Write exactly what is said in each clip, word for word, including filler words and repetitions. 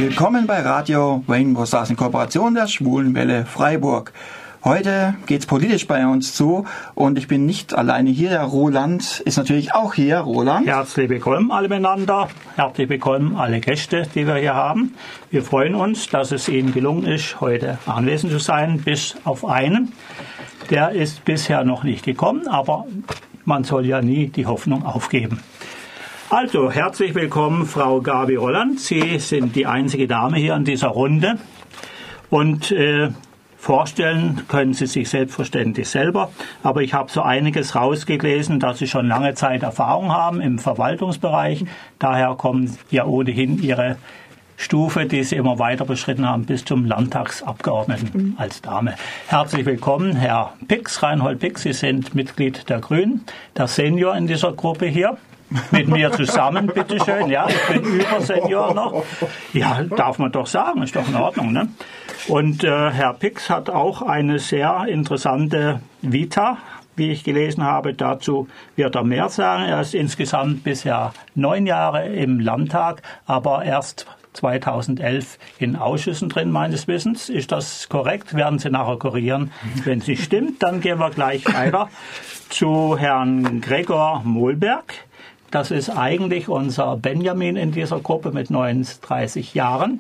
Willkommen bei Radio Rainbow Stars in Kooperation der Schwulenwelle Freiburg. Heute geht's politisch bei uns zu und ich bin nicht alleine hier. Der Roland ist natürlich auch hier. Roland. Herzlich willkommen alle miteinander. Herzlich willkommen alle Gäste, die wir hier haben. Wir freuen uns, dass es Ihnen gelungen ist, heute anwesend zu sein, bis auf einen. Der ist bisher noch nicht gekommen, aber man soll ja nie die Hoffnung aufgeben. Also, herzlich willkommen, Frau Gabi Rolland. Sie sind die einzige Dame hier in dieser Runde. Und äh, vorstellen können Sie sich selbstverständlich selber. Aber ich habe so einiges rausgelesen, dass Sie schon lange Zeit Erfahrung haben im Verwaltungsbereich. Daher kommen ja ohnehin Ihre Stufe, die Sie immer weiter beschritten haben, bis zum Landtagsabgeordneten mhm. als Dame. Herzlich willkommen, Herr Pix, Reinhold Pix. Sie sind Mitglied der Grünen, der Senior in dieser Gruppe hier. Mit mir zusammen, bitteschön. Ja, ich bin Übersenior noch. Ja, darf man doch sagen, ist doch in Ordnung. Ne? Und äh, Herr Pix hat auch eine sehr interessante Vita, wie ich gelesen habe. Dazu wird er mehr sagen. Er ist insgesamt bisher neun Jahre im Landtag, aber erst zweitausendelf in Ausschüssen drin, meines Wissens. Ist das korrekt? Werden Sie nachher korrigieren. Wenn es nicht stimmt, dann gehen wir gleich weiter zu Herrn Gregor Mohlberg. Das ist eigentlich unser Benjamin in dieser Gruppe mit neununddreißig Jahren.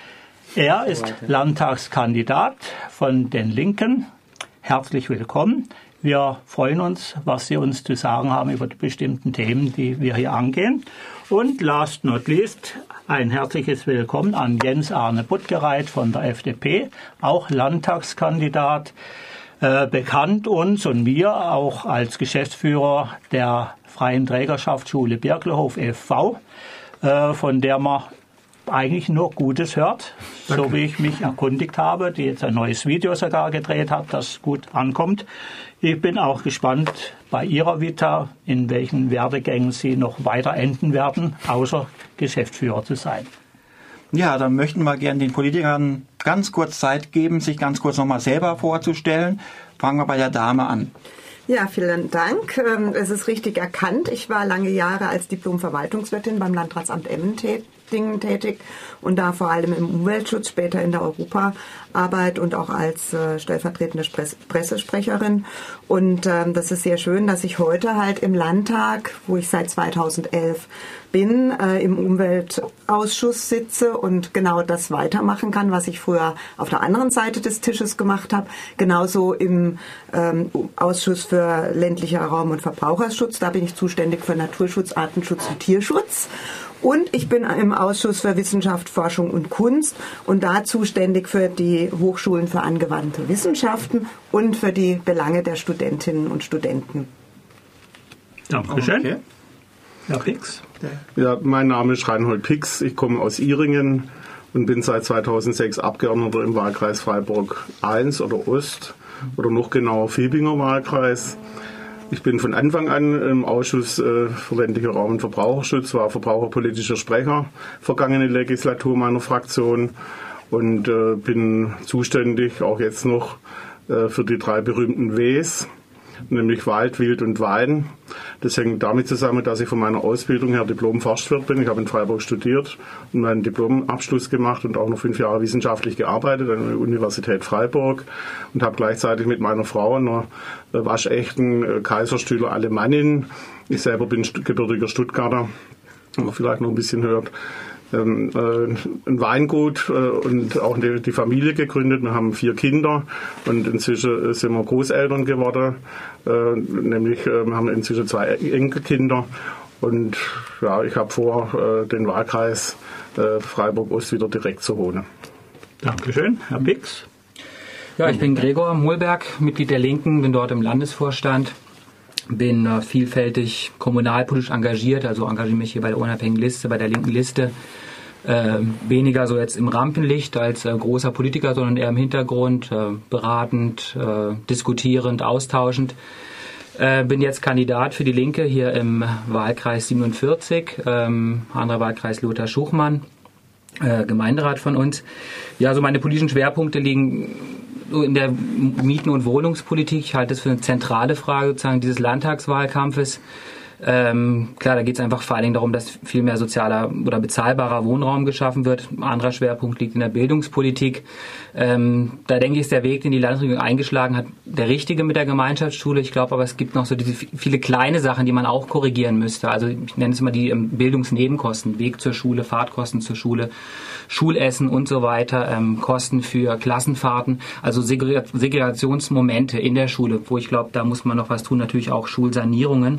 Er ist Landtagskandidat von den Linken. Herzlich willkommen. Wir freuen uns, was Sie uns zu sagen haben über die bestimmten Themen, die wir hier angehen. Und last not least, ein herzliches Willkommen an Jens Arne Buttgereit von der F D P, auch Landtagskandidat, äh, bekannt uns und mir auch als Geschäftsführer der Freien Trägerschaft Schule Birklehof e V, äh, von der man eigentlich nur Gutes hört, Danke. So wie ich mich erkundigt habe, die jetzt ein neues Video sogar gedreht hat, das gut ankommt. Ich bin auch gespannt bei Ihrer Vita, in welchen Werdegängen Sie noch weiter enden werden, außer Geschäftsführer zu sein. Ja, dann möchten wir gerne den Politikern ganz kurz Zeit geben, sich ganz kurz nochmal selber vorzustellen. Fangen wir bei der Dame an. Ja, vielen Dank. Es ist richtig erkannt. Ich war lange Jahre als Diplom-Verwaltungswirtin beim Landratsamt Emmen tätig und da vor allem im Umweltschutz, später in der Europaarbeit und auch als äh, stellvertretende Press- Pressesprecherin. Und ähm, das ist sehr schön, dass ich heute halt im Landtag, wo ich seit zweitausendelf bin, äh, im Umweltausschuss sitze und genau das weitermachen kann, was ich früher auf der anderen Seite des Tisches gemacht habe. Genauso im ähm, Ausschuss für ländlicher Raum- und Verbraucherschutz. Da bin ich zuständig für Naturschutz, Artenschutz und Tierschutz. Und ich bin im Ausschuss für Wissenschaft, Forschung und Kunst und da zuständig für die Hochschulen für angewandte Wissenschaften und für die Belange der Studentinnen und Studenten. Dankeschön. Okay. Herr Pix. Ja, mein Name ist Reinhold Pix. Ich komme aus Ihringen und bin seit zweitausendsechs Abgeordneter im Wahlkreis Freiburg eins oder Ost oder noch genauer Viebinger Wahlkreis. Ich bin von Anfang an im Ausschuss äh, für ländlicher Raum- und Verbraucherschutz, war verbraucherpolitischer Sprecher vergangene Legislatur meiner Fraktion und äh, bin zuständig, auch jetzt noch, äh, für die drei berühmten Ws, nämlich Wald, Wild und Wein. Das hängt damit zusammen, dass ich von meiner Ausbildung her Diplom-Forstwirt bin. Ich habe in Freiburg studiert und meinen Diplomabschluss gemacht und auch noch fünf Jahre wissenschaftlich gearbeitet an der Universität Freiburg und habe gleichzeitig mit meiner Frau, einer waschechten Kaiserstühler Alemannin, ich selber bin gebürtiger Stuttgarter, wenn man vielleicht noch ein bisschen hört, ein Weingut und auch die Familie gegründet. Wir haben vier Kinder und inzwischen sind wir Großeltern geworden. Nämlich wir haben inzwischen zwei Enkelkinder. Und ja, ich habe vor, den Wahlkreis Freiburg-Ost wieder direkt zu holen. Dankeschön. Herr Pix. Ja, ich bin Gregor Mohlberg, Mitglied der Linken, bin dort im Landesvorstand. Bin äh, vielfältig kommunalpolitisch engagiert, also engagiere mich hier bei der unabhängigen Liste, bei der linken Liste. Äh, weniger so jetzt im Rampenlicht als äh, großer Politiker, sondern eher im Hintergrund, äh, beratend, äh, diskutierend, austauschend. Äh, bin jetzt Kandidat für die Linke hier im Wahlkreis siebenundvierzig, ähm, anderer Wahlkreis Lothar Schuchmann, äh, Gemeinderat von uns. Ja, also meine politischen Schwerpunkte liegen in der Mieten- und Wohnungspolitik. Ich halte es für eine zentrale Frage sozusagen dieses Landtagswahlkampfes. Ähm, klar, da geht es einfach vor allen Dingen darum, dass viel mehr sozialer oder bezahlbarer Wohnraum geschaffen wird. Ein anderer Schwerpunkt liegt in der Bildungspolitik. Ähm, da denke ich, ist der Weg, den die Landesregierung eingeschlagen hat, der richtige mit der Gemeinschaftsschule. Ich glaube aber, es gibt noch so diese viele kleine Sachen, die man auch korrigieren müsste. Also ich nenne es mal die ähm, Bildungsnebenkosten, Weg zur Schule, Fahrtkosten zur Schule, Schulessen und so weiter, ähm, Kosten für Klassenfahrten, also Segre- Segregationsmomente in der Schule, wo ich glaube, da muss man noch was tun, natürlich auch Schulsanierungen.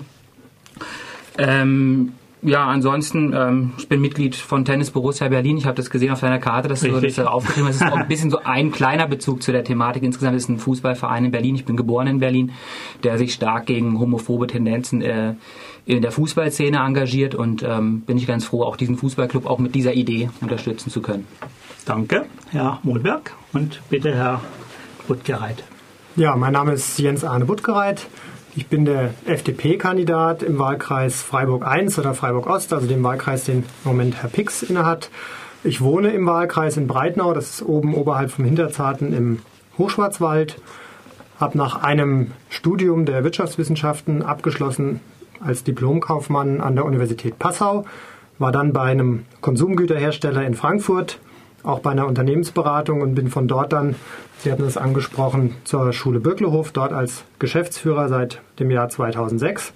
Ähm, ja, ansonsten, ähm, ich bin Mitglied von Tennis Borussia Berlin. Ich habe das gesehen auf deiner Karte, dass du das aufgeschrieben hast. Es ist auch ein bisschen so ein kleiner Bezug zu der Thematik. Insgesamt ist es ein Fußballverein in Berlin. Ich bin geboren in Berlin, der sich stark gegen homophobe Tendenzen äh, in der Fußballszene engagiert. Und ähm, bin ich ganz froh, auch diesen Fußballclub auch mit dieser Idee unterstützen zu können. Danke, Herr Mohlberg. Und bitte Herr Buttgereit. Ja, mein Name ist Jens Arne Buttgereit. Ich bin der F D P-Kandidat im Wahlkreis Freiburg eins oder Freiburg Ost, also dem Wahlkreis, den im Moment Herr Pix innehat. Ich wohne im Wahlkreis in Breitnau, das ist oben oberhalb vom Hinterzarten im Hochschwarzwald. Habe nach einem Studium der Wirtschaftswissenschaften abgeschlossen als Diplomkaufmann an der Universität Passau, war dann bei einem Konsumgüterhersteller in Frankfurt, auch bei einer Unternehmensberatung und bin von dort dann, Sie hatten es angesprochen, zur Schule Bürklehof, dort als Geschäftsführer seit dem Jahr zweitausendsechs.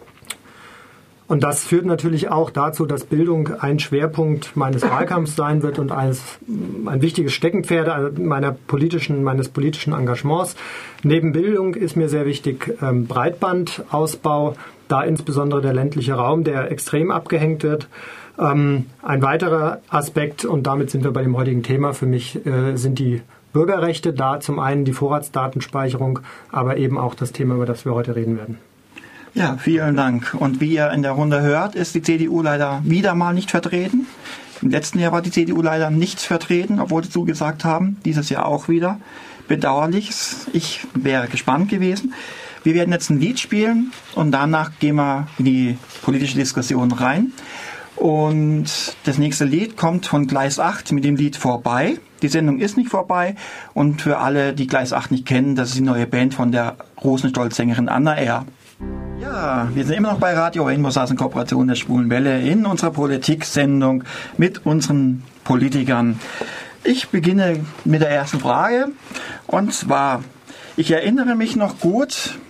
Und das führt natürlich auch dazu, dass Bildung ein Schwerpunkt meines Wahlkampfs sein wird und eines, ein wichtiges Steckenpferd meiner politischen, meines politischen Engagements. Neben Bildung ist mir sehr wichtig ähm, Breitbandausbau, da insbesondere der ländliche Raum, der extrem abgehängt wird. Ähm, ein weiterer Aspekt, und damit sind wir bei dem heutigen Thema für mich, äh, sind die Bürgerrechte. Da zum einen die Vorratsdatenspeicherung, aber eben auch das Thema, über das wir heute reden werden. Ja, vielen Dank. Und wie ihr in der Runde hört, ist die C D U leider wieder mal nicht vertreten. Im letzten Jahr war die C D U leider nicht vertreten, obwohl sie zugesagt haben. Dieses Jahr auch wieder. Bedauerlich. Ich wäre gespannt gewesen. Wir werden jetzt ein Lied spielen und danach gehen wir in die politische Diskussion rein. Und das nächste Lied kommt von Gleis acht mit dem Lied Vorbei. Die Sendung ist nicht vorbei. Und für alle, die Gleis acht nicht kennen, das ist die neue Band von der Rosenstolz-Sängerin Anna R. Ja, wir sind immer noch bei Radio Rainbow Stars in Kooperation der Schwulen Welle in unserer Politik-Sendung mit unseren Politikern. Ich beginne mit der ersten Frage. Und zwar, ich erinnere mich noch gut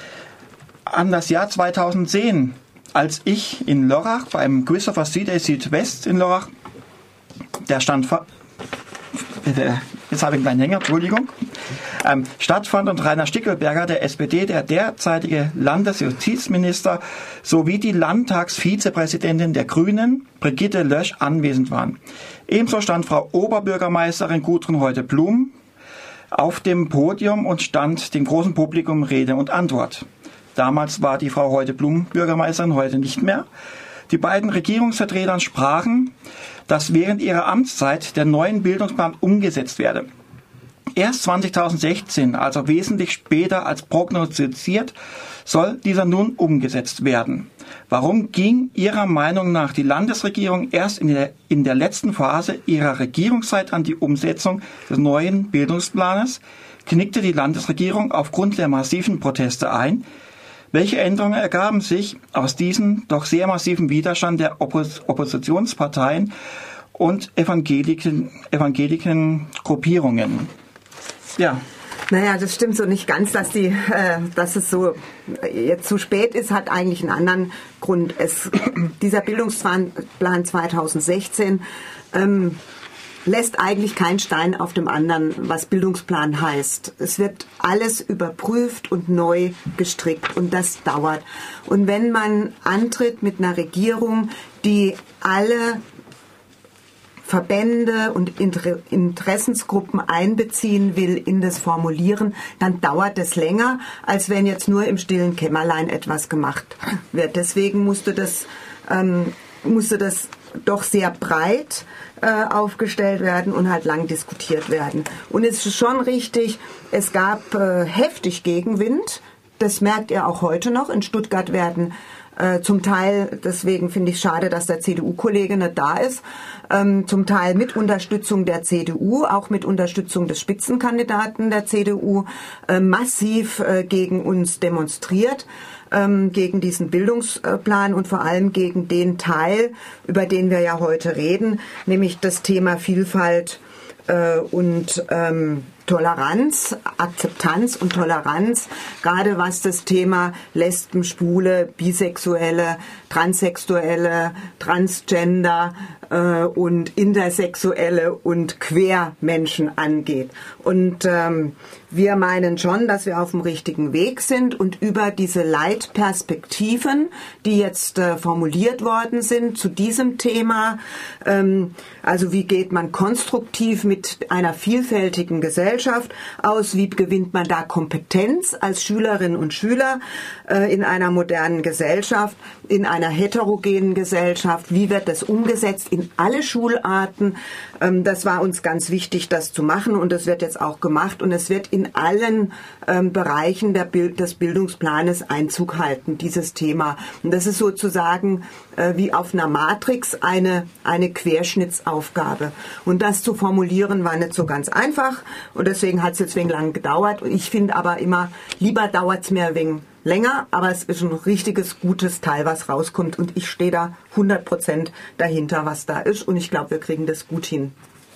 an das Jahr zweitausendzehn, als ich in Lörrach beim Christopher Street Day Südwest in Lörrach, der stand, jetzt habe ich einen kleinen Hänger, Entschuldigung, ähm, stattfand und Rainer Stickelberger, der S P D, der derzeitige Landesjustizminister, sowie die Landtagsvizepräsidentin der Grünen, Brigitte Lösch, anwesend waren. Ebenso stand Frau Oberbürgermeisterin Gudrun Heute-Blum auf dem Podium und stand dem großen Publikum Rede und Antwort. Damals war die Frau Heute-Blum Bürgermeisterin, heute nicht mehr. Die beiden Regierungsvertreter sprachen, dass während ihrer Amtszeit der neue Bildungsplan umgesetzt werde. Erst zweitausendsechzehn, also wesentlich später als prognostiziert, soll dieser nun umgesetzt werden. Warum ging Ihrer Meinung nach die Landesregierung erst in der, in der letzten Phase ihrer Regierungszeit an die Umsetzung des neuen Bildungsplanes? Knickte die Landesregierung aufgrund der massiven Proteste ein? Welche Änderungen ergaben sich aus diesem doch sehr massiven Widerstand der Oppos- Oppositionsparteien und evangelischen, evangelischen Gruppierungen? Ja. Naja, das stimmt so nicht ganz, dass, die, äh, dass es so jetzt zu spät ist, hat eigentlich einen anderen Grund. Es, dieser Bildungsplan zweitausendsechzehn ähm, lässt eigentlich keinen Stein auf dem anderen, was Bildungsplan heißt. Es wird alles überprüft und neu gestrickt und das dauert. Und wenn man antritt mit einer Regierung, die alle Verbände und Inter- Interessensgruppen einbeziehen will in das Formulieren, dann dauert es länger, als wenn jetzt nur im stillen Kämmerlein etwas gemacht wird. Deswegen musste das, ähm, musste das doch sehr breit äh, aufgestellt werden und halt lang diskutiert werden. Und es ist schon richtig, es gab äh, heftig Gegenwind. Das merkt ihr auch heute noch. In Stuttgart werden Äh, zum Teil, deswegen finde ich schade, dass der C D U-Kollege nicht da ist, ähm, zum Teil mit Unterstützung der C D U, auch mit Unterstützung des Spitzenkandidaten der C D U, äh, massiv äh, gegen uns demonstriert, ähm, gegen diesen Bildungsplan und vor allem gegen den Teil, über den wir ja heute reden, nämlich das Thema Vielfalt äh, und ähm, Toleranz, Akzeptanz und Toleranz, gerade was das Thema Lesben, Schwule, Bisexuelle, Transsexuelle, Transgender äh, und Intersexuelle und Quermenschen angeht. Und ähm, wir meinen schon, dass wir auf dem richtigen Weg sind und über diese Leitperspektiven, die jetzt äh, formuliert worden sind zu diesem Thema, ähm, also wie geht man konstruktiv mit einer vielfältigen Gesellschaft aus, wie gewinnt man da Kompetenz als Schülerinnen und Schüler äh, in einer modernen Gesellschaft, in einer heterogenen Gesellschaft, wie wird das umgesetzt in alle Schularten. Ähm, das war uns ganz wichtig, das zu machen und es wird jetzt auch gemacht und es wird in allen ähm, Bereichen der Bild- des Bildungsplanes Einzug halten, dieses Thema. Und das ist sozusagen äh, wie auf einer Matrix eine, eine Querschnittsaufgabe. Und das zu formulieren war nicht so ganz einfach und deswegen hat es jetzt wegen lang gedauert. Ich finde aber immer, lieber dauert es mir wegen länger, aber es ist ein richtiges, gutes Teil, was rauskommt und ich stehe da hundert Prozent dahinter, was da ist und ich glaube, wir kriegen das gut hin.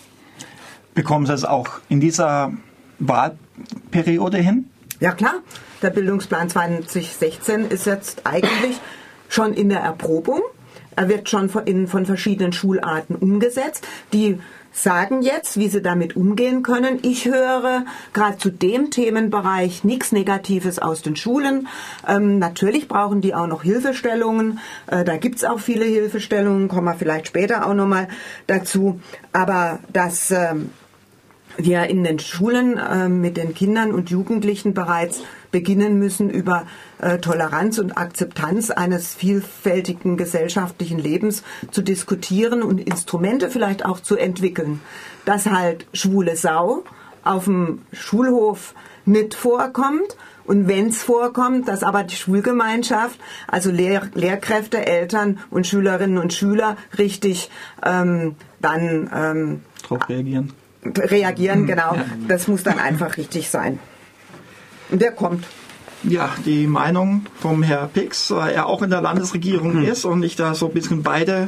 Bekommen Sie es auch in dieser Wahlperiode hin? Ja klar, der Bildungsplan zwanzig sechzehn ist jetzt eigentlich schon in der Erprobung. Er wird schon von, in, von verschiedenen Schularten umgesetzt. Die sagen jetzt, wie sie damit umgehen können. Ich höre gerade zu dem Themenbereich nichts Negatives aus den Schulen. Ähm, natürlich brauchen die auch noch Hilfestellungen. Äh, da gibt's auch viele Hilfestellungen, kommen wir vielleicht später auch nochmal dazu. Aber dass ähm, wir in den Schulen äh, mit den Kindern und Jugendlichen bereits beginnen müssen, über äh, Toleranz und Akzeptanz eines vielfältigen gesellschaftlichen Lebens zu diskutieren und Instrumente vielleicht auch zu entwickeln. Dass halt schwule Sau auf dem Schulhof nicht vorkommt und wenn es vorkommt, dass aber die Schulgemeinschaft, also Lehr- Lehrkräfte, Eltern und Schülerinnen und Schüler richtig ähm, dann ähm, Drauf reagieren. reagieren, genau. Das muss dann einfach richtig sein. Und der kommt. Ja, die Meinung vom Herrn Pix, weil er auch in der Landesregierung mhm. ist und ich da so ein bisschen beide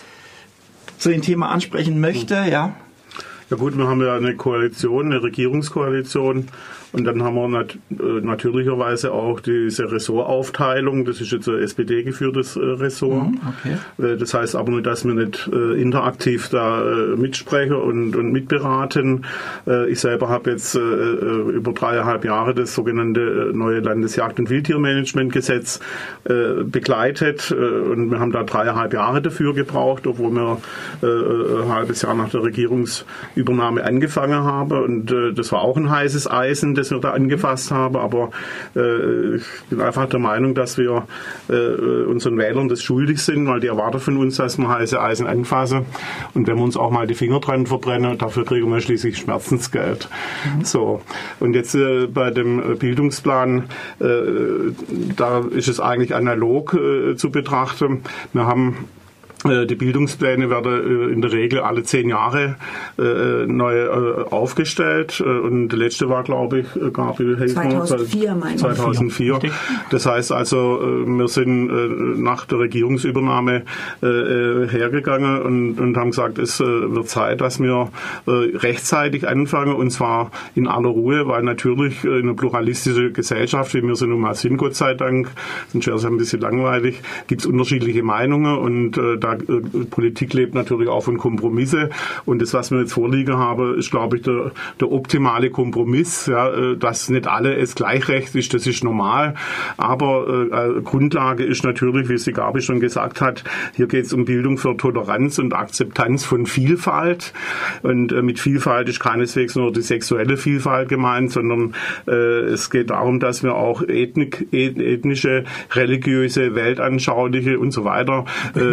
zu dem Thema ansprechen möchte, ja. Ja gut, wir haben ja eine Koalition, eine Regierungskoalition und dann haben wir nat- äh, natürlicherweise auch diese Ressortaufteilung, das ist jetzt ein S P D-geführtes äh, Ressort. Mhm, okay. äh, das heißt aber nur, dass wir nicht äh, interaktiv da äh, mitsprechen und, und mitberaten. Äh, ich selber habe jetzt äh, über dreieinhalb Jahre das sogenannte äh, neue Landesjagd- und Wildtiermanagementgesetz äh, begleitet äh, und wir haben da dreieinhalb Jahre dafür gebraucht, obwohl wir äh, ein halbes Jahr nach der Regierungsübernahme angefangen haben und äh, das war auch ein heißes Eisen, das wir da angefasst haben, aber äh, ich bin einfach der Meinung, dass wir äh, unseren Wählern das schuldig sind, weil die erwarten von uns, dass wir heiße Eisen anfassen und wenn wir uns auch mal die Finger dran verbrennen, dafür kriegen wir schließlich Schmerzensgeld. Mhm. So. Und jetzt äh, bei dem Bildungsplan, äh, da ist es eigentlich analog äh, zu betrachten. Wir haben Die Bildungspläne werden in der Regel alle zehn Jahre äh, neu äh, aufgestellt. Und der letzte war, glaube ich, Gabriel Heismer. zweitausendvier, meine ich. zweitausendvier. Das heißt also, wir sind äh, nach der Regierungsübernahme äh, hergegangen und, und haben gesagt, es äh, wird Zeit, dass wir äh, rechtzeitig anfangen, und zwar in aller Ruhe, weil natürlich äh, eine pluralistische Gesellschaft, wie wir sie nun mal sind, Gott sei Dank, sonst wäre es ein bisschen langweilig, gibt es unterschiedliche Meinungen und äh, da Politik lebt natürlich auch von Kompromisse und das, was wir jetzt vorliegen haben, ist, glaube ich, der, der optimale Kompromiss, ja, dass nicht alle es gleich recht ist, das ist normal, aber äh, Grundlage ist natürlich, wie es die Gabi schon gesagt hat, hier geht es um Bildung für Toleranz und Akzeptanz von Vielfalt und äh, mit Vielfalt ist keineswegs nur die sexuelle Vielfalt gemeint, sondern äh, es geht darum, dass wir auch Ethnik, ethnische, religiöse, weltanschauliche und so weiter, äh,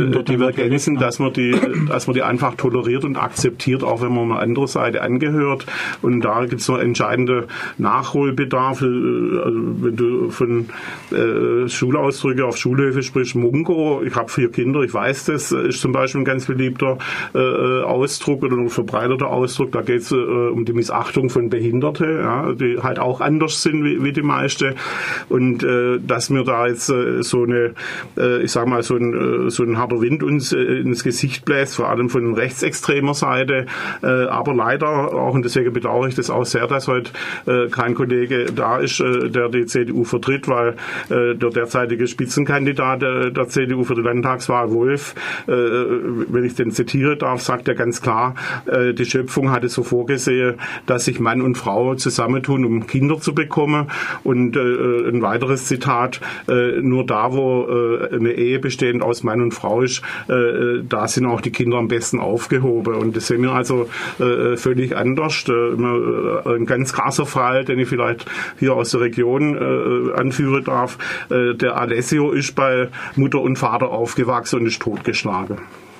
wir ergänzen, dass man die, dass man die einfach toleriert und akzeptiert, auch wenn man eine andere Seite angehört. Und da gibt es noch entscheidende Nachholbedarf. Also wenn du von äh, Schulausdrücke auf Schulhöfe sprichst, Mungo, ich habe vier Kinder, ich weiß, das ist zum Beispiel ein ganz beliebter äh, Ausdruck oder ein verbreiteter Ausdruck. Da geht es äh, um die Missachtung von Behinderten, ja, die halt auch anders sind wie, wie die meisten. Und äh, dass mir da jetzt äh, so eine, äh, ich sag mal, so ein, äh, so ein harter Wind uns äh, ins Gesicht bläst, vor allem von rechtsextremer Seite. Äh, aber leider auch, und deswegen bedauere ich das auch sehr, dass heute äh, kein Kollege da ist, äh, der die C D U vertritt, weil äh, der derzeitige Spitzenkandidat äh, der C D U für die Landtagswahl, Wolf, äh, wenn ich den zitieren darf, sagt er ganz klar, äh, die Schöpfung hatte so vorgesehen, dass sich Mann und Frau zusammentun, um Kinder zu bekommen. Und äh, ein weiteres Zitat, äh, nur da, wo äh, eine Ehe bestehend aus Mann und Frau ist, äh, da sind auch die Kinder am besten aufgehoben. Und das sehen wir also äh, völlig anders. Äh, ein ganz krasser Fall, den ich vielleicht hier aus der Region äh, anführen darf. Äh, der Alessio ist bei Mutter und Vater aufgewachsen und ist totgeschlagen.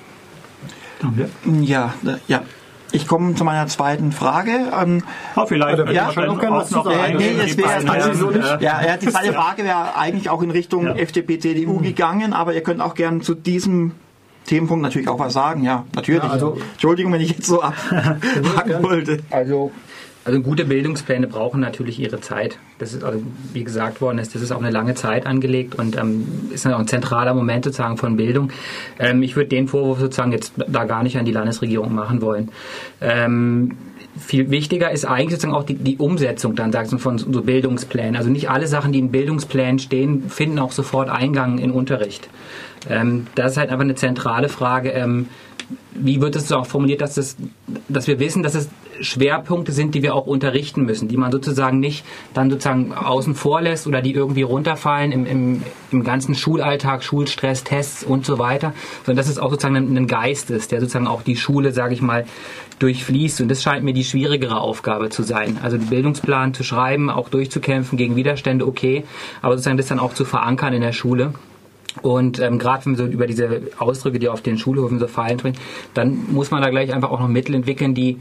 Danke. Ja, ja. Ich komme zu meiner zweiten Frage. Ähm, oh, vielleicht ja, ja, schon noch gerne was zu sagen. Äh, nee, es wäre also ja, ja, die zweite Frage wäre eigentlich auch in Richtung ja. F D P, C D U gegangen, aber ihr könnt auch gerne zu diesem Themenpunkt natürlich auch was sagen. Ja, natürlich. Ja, also, Entschuldigung, wenn ich jetzt so abhaken wollte. Also Also gute Bildungspläne brauchen natürlich ihre Zeit. Das ist, also, wie gesagt worden ist, das ist auch eine lange Zeit angelegt und ähm, ist auch ein zentraler Moment sozusagen von Bildung. Ähm, ich würde den Vorwurf sozusagen jetzt da gar nicht an die Landesregierung machen wollen. Ähm, viel wichtiger ist eigentlich sozusagen auch die, die Umsetzung dann, sagst du, von so Bildungsplänen. Also nicht alle Sachen, die in Bildungsplänen stehen, finden auch sofort Eingang in Unterricht. Ähm, das ist halt einfach eine zentrale Frage. Ähm, wie wird es so auch formuliert, dass, das, dass wir wissen, dass es Schwerpunkte sind, die wir auch unterrichten müssen, die man sozusagen nicht dann sozusagen außen vor lässt oder die irgendwie runterfallen im, im, im ganzen Schulalltag, Schulstress, Tests und so weiter, sondern dass es auch sozusagen ein, ein Geist ist, der sozusagen auch die Schule, sage ich mal, durchfließt. Und das scheint mir die schwierigere Aufgabe zu sein. Also den Bildungsplan zu schreiben, auch durchzukämpfen gegen Widerstände, okay, aber sozusagen das dann auch zu verankern in der Schule. Und ähm, gerade wenn wir so über diese Ausdrücke, die auf den Schulhöfen so fallen, dann muss man da gleich einfach auch noch Mittel entwickeln, die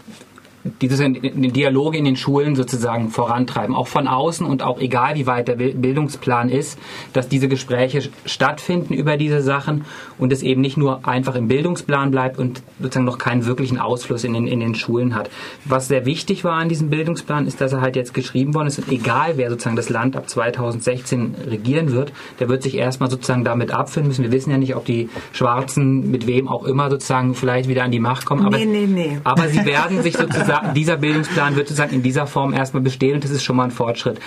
die den Dialog in den Schulen sozusagen vorantreiben, auch von außen und auch egal wie weit der Bildungsplan ist, dass diese Gespräche stattfinden über diese Sachen und es eben nicht nur einfach im Bildungsplan bleibt und sozusagen noch keinen wirklichen Ausfluss in den, in den Schulen hat. Was sehr wichtig war an diesem Bildungsplan ist, dass er halt jetzt geschrieben worden ist und egal wer sozusagen das Land ab zweitausendsechzehn regieren wird, der wird sich erstmal sozusagen damit abfinden müssen. Wir wissen ja nicht, ob die Schwarzen mit wem auch immer sozusagen vielleicht wieder an die Macht kommen, aber, nee, nee, nee. aber sie werden sich sozusagen dieser Bildungsplan wird sozusagen in dieser Form erstmal bestehen und das ist schon mal ein Fortschritt.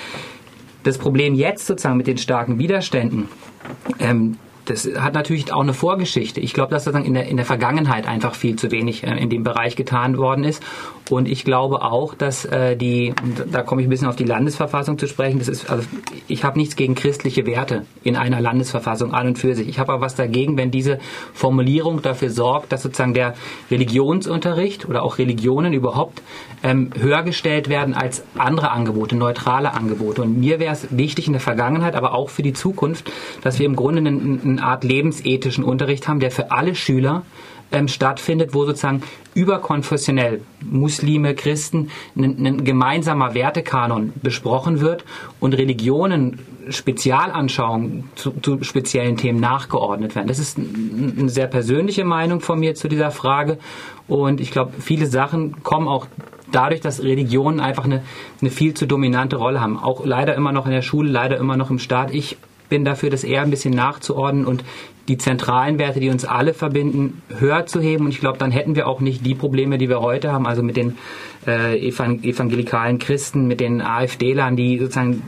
Das Problem jetzt sozusagen mit den starken Widerständen, ähm, das hat natürlich auch eine Vorgeschichte. Ich glaube, dass sozusagen in der, in der Vergangenheit einfach viel zu wenig äh, in dem Bereich getan worden ist. Und ich glaube auch, dass äh, die, da komme ich ein bisschen auf die Landesverfassung zu sprechen, das ist, also ich habe nichts gegen christliche Werte in einer Landesverfassung an und für sich. Ich habe aber was dagegen, wenn diese Formulierung dafür sorgt, dass sozusagen der Religionsunterricht oder auch Religionen überhaupt ähm, höher gestellt werden als andere Angebote, neutrale Angebote. Und mir wäre es wichtig in der Vergangenheit, aber auch für die Zukunft, dass wir im Grunde einen, eine Art lebensethischen Unterricht haben, der für alle Schüler Ähm, stattfindet, wo sozusagen überkonfessionell Muslime, Christen ein, ein gemeinsamer Wertekanon besprochen wird und Religionen, Spezialanschauungen zu, zu speziellen Themen nachgeordnet werden. Das ist ein, eine sehr persönliche Meinung von mir zu dieser Frage und ich glaube, viele Sachen kommen auch dadurch, dass Religionen einfach eine, eine viel zu dominante Rolle haben. Auch leider immer noch in der Schule, leider immer noch im Staat. Ich bin dafür, das eher ein bisschen nachzuordnen und die zentralen Werte, die uns alle verbinden, höher zu heben. Und ich glaube, dann hätten wir auch nicht die Probleme, die wir heute haben, also mit den äh, evangelikalen Christen, mit den AfDlern, die sozusagen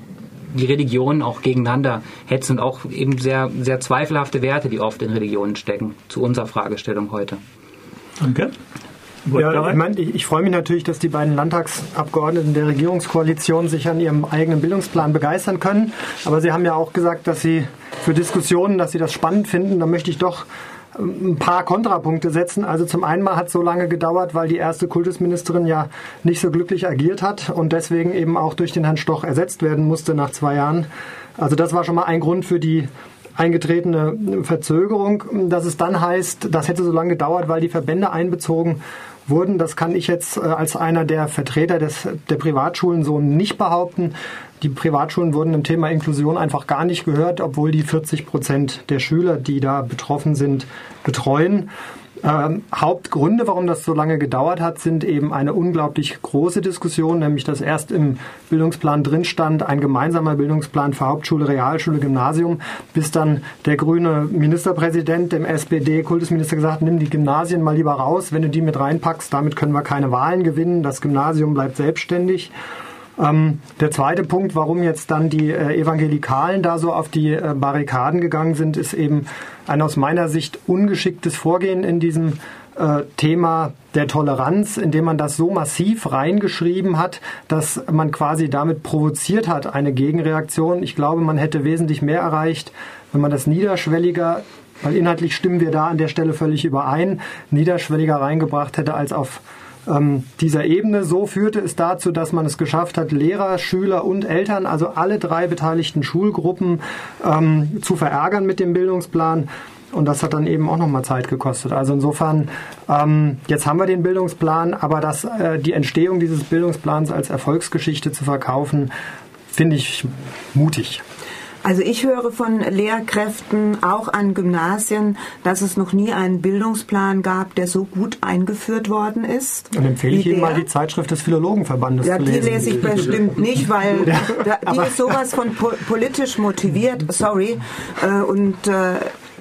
die Religionen auch gegeneinander hetzen und auch eben sehr, sehr zweifelhafte Werte, die oft in Religionen stecken, zu unserer Fragestellung heute. Danke. Ja, ich, mein, ich, ich freue mich natürlich, dass die beiden Landtagsabgeordneten der Regierungskoalition sich an ihrem eigenen Bildungsplan begeistern können. Aber sie haben ja auch gesagt, dass sie für Diskussionen, dass sie das spannend finden. Da möchte ich doch ein paar Kontrapunkte setzen. Also zum einen mal hat es so lange gedauert, weil die erste Kultusministerin ja nicht so glücklich agiert hat und deswegen eben auch durch den Herrn Stoch ersetzt werden musste nach zwei Jahren. Also das war schon mal ein Grund für die eingetretene Verzögerung. Dass es dann heißt, das hätte so lange gedauert, weil die Verbände einbezogen wurden, das kann ich jetzt als einer der Vertreter des, der Privatschulen so nicht behaupten. Die Privatschulen wurden im Thema Inklusion einfach gar nicht gehört, obwohl die vierzig Prozent der Schüler, die da betroffen sind, betreuen. Ähm, Hauptgründe, warum das so lange gedauert hat, sind eben eine unglaublich große Diskussion, nämlich dass erst im Bildungsplan drin stand, ein gemeinsamer Bildungsplan für Hauptschule, Realschule, Gymnasium, bis dann der grüne Ministerpräsident dem S P D-Kultusminister gesagt hat, nimm die Gymnasien mal lieber raus, wenn du die mit reinpackst, damit können wir keine Wahlen gewinnen, das Gymnasium bleibt selbstständig. Ähm, der zweite Punkt, warum jetzt dann die äh, Evangelikalen da so auf die äh, Barrikaden gegangen sind, ist eben ein aus meiner Sicht ungeschicktes Vorgehen in diesem äh, Thema der Toleranz, indem man das so massiv reingeschrieben hat, dass man quasi damit provoziert hat, eine Gegenreaktion. Ich glaube, man hätte wesentlich mehr erreicht, wenn man das niederschwelliger, weil inhaltlich stimmen wir da an der Stelle völlig überein, niederschwelliger reingebracht hätte als auf dieser Ebene. So führte es dazu, dass man es geschafft hat, Lehrer, Schüler und Eltern, also alle drei beteiligten Schulgruppen, ähm, zu verärgern mit dem Bildungsplan. Und das hat dann eben auch nochmal Zeit gekostet. Also insofern, ähm, jetzt haben wir den Bildungsplan, aber das, äh, die Entstehung dieses Bildungsplans als Erfolgsgeschichte zu verkaufen, finde ich mutig. Also ich höre von Lehrkräften, auch an Gymnasien, dass es noch nie einen Bildungsplan gab, der so gut eingeführt worden ist. Und empfehle ich Ihnen mal die Zeitschrift des Philologenverbandes ja, zu lesen. Ja, die lese ich bestimmt nicht, weil ja, da, die ist sowas von po- politisch motiviert, sorry. Äh, und äh,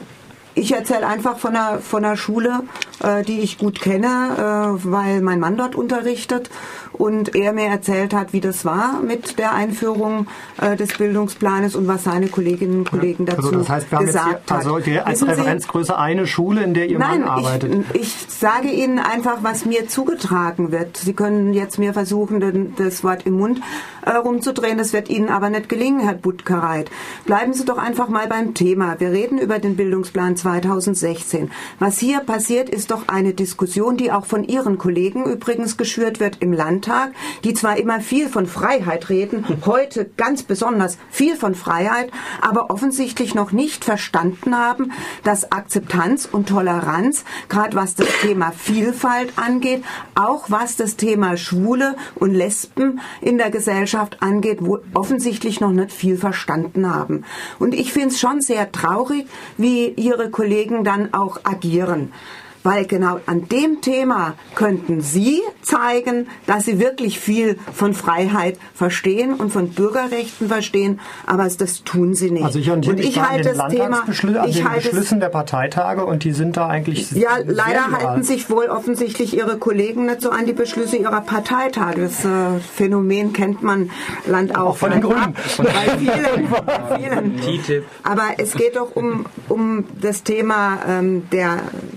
ich erzähle einfach von einer, von einer Schule, äh, die ich gut kenne, äh, weil mein Mann dort unterrichtet und er mir erzählt hat, wie das war mit der Einführung äh, des Bildungsplanes und was seine Kolleginnen und Kollegen dazu gesagt haben. Also das heißt, wir haben jetzt hier, also die, als Referenzgröße eine Schule, in der Ihr Nein, Mann arbeitet. Ich, ich sage Ihnen einfach, was mir zugetragen wird. Sie können jetzt mir versuchen, den, das Wort im Mund äh, rumzudrehen. Das wird Ihnen aber nicht gelingen, Herr Buttgereit. Bleiben Sie doch einfach mal beim Thema. Wir reden über den Bildungsplan zweitausendsechzehn. Was hier passiert, ist doch eine Diskussion, die auch von Ihren Kollegen übrigens geschürt wird im Landtag, die zwar immer viel von Freiheit reden, heute ganz besonders viel von Freiheit, aber offensichtlich noch nicht verstanden haben, dass Akzeptanz und Toleranz, gerade was das Thema Vielfalt angeht, auch was das Thema Schwule und Lesben in der Gesellschaft angeht, wo offensichtlich noch nicht viel verstanden haben. Und ich finde es schon sehr traurig, wie Ihre Kollegen dann auch agieren. Weil genau an dem Thema könnten Sie zeigen, dass Sie wirklich viel von Freiheit verstehen und von Bürgerrechten verstehen, aber das tun Sie nicht. Also ich orientiere mich ich da halte an den, Landtagsbeschlü- an den Beschlüssen der Parteitage und die sind da eigentlich Ja, leider liberal. halten sich wohl offensichtlich Ihre Kollegen nicht so an die Beschlüsse ihrer Parteitage. Das äh, Phänomen kennt man Land auf. Auch von den Grünen. Bei vielen, bei vielen. T-Tip. Aber es geht doch um, um das Thema ähm, der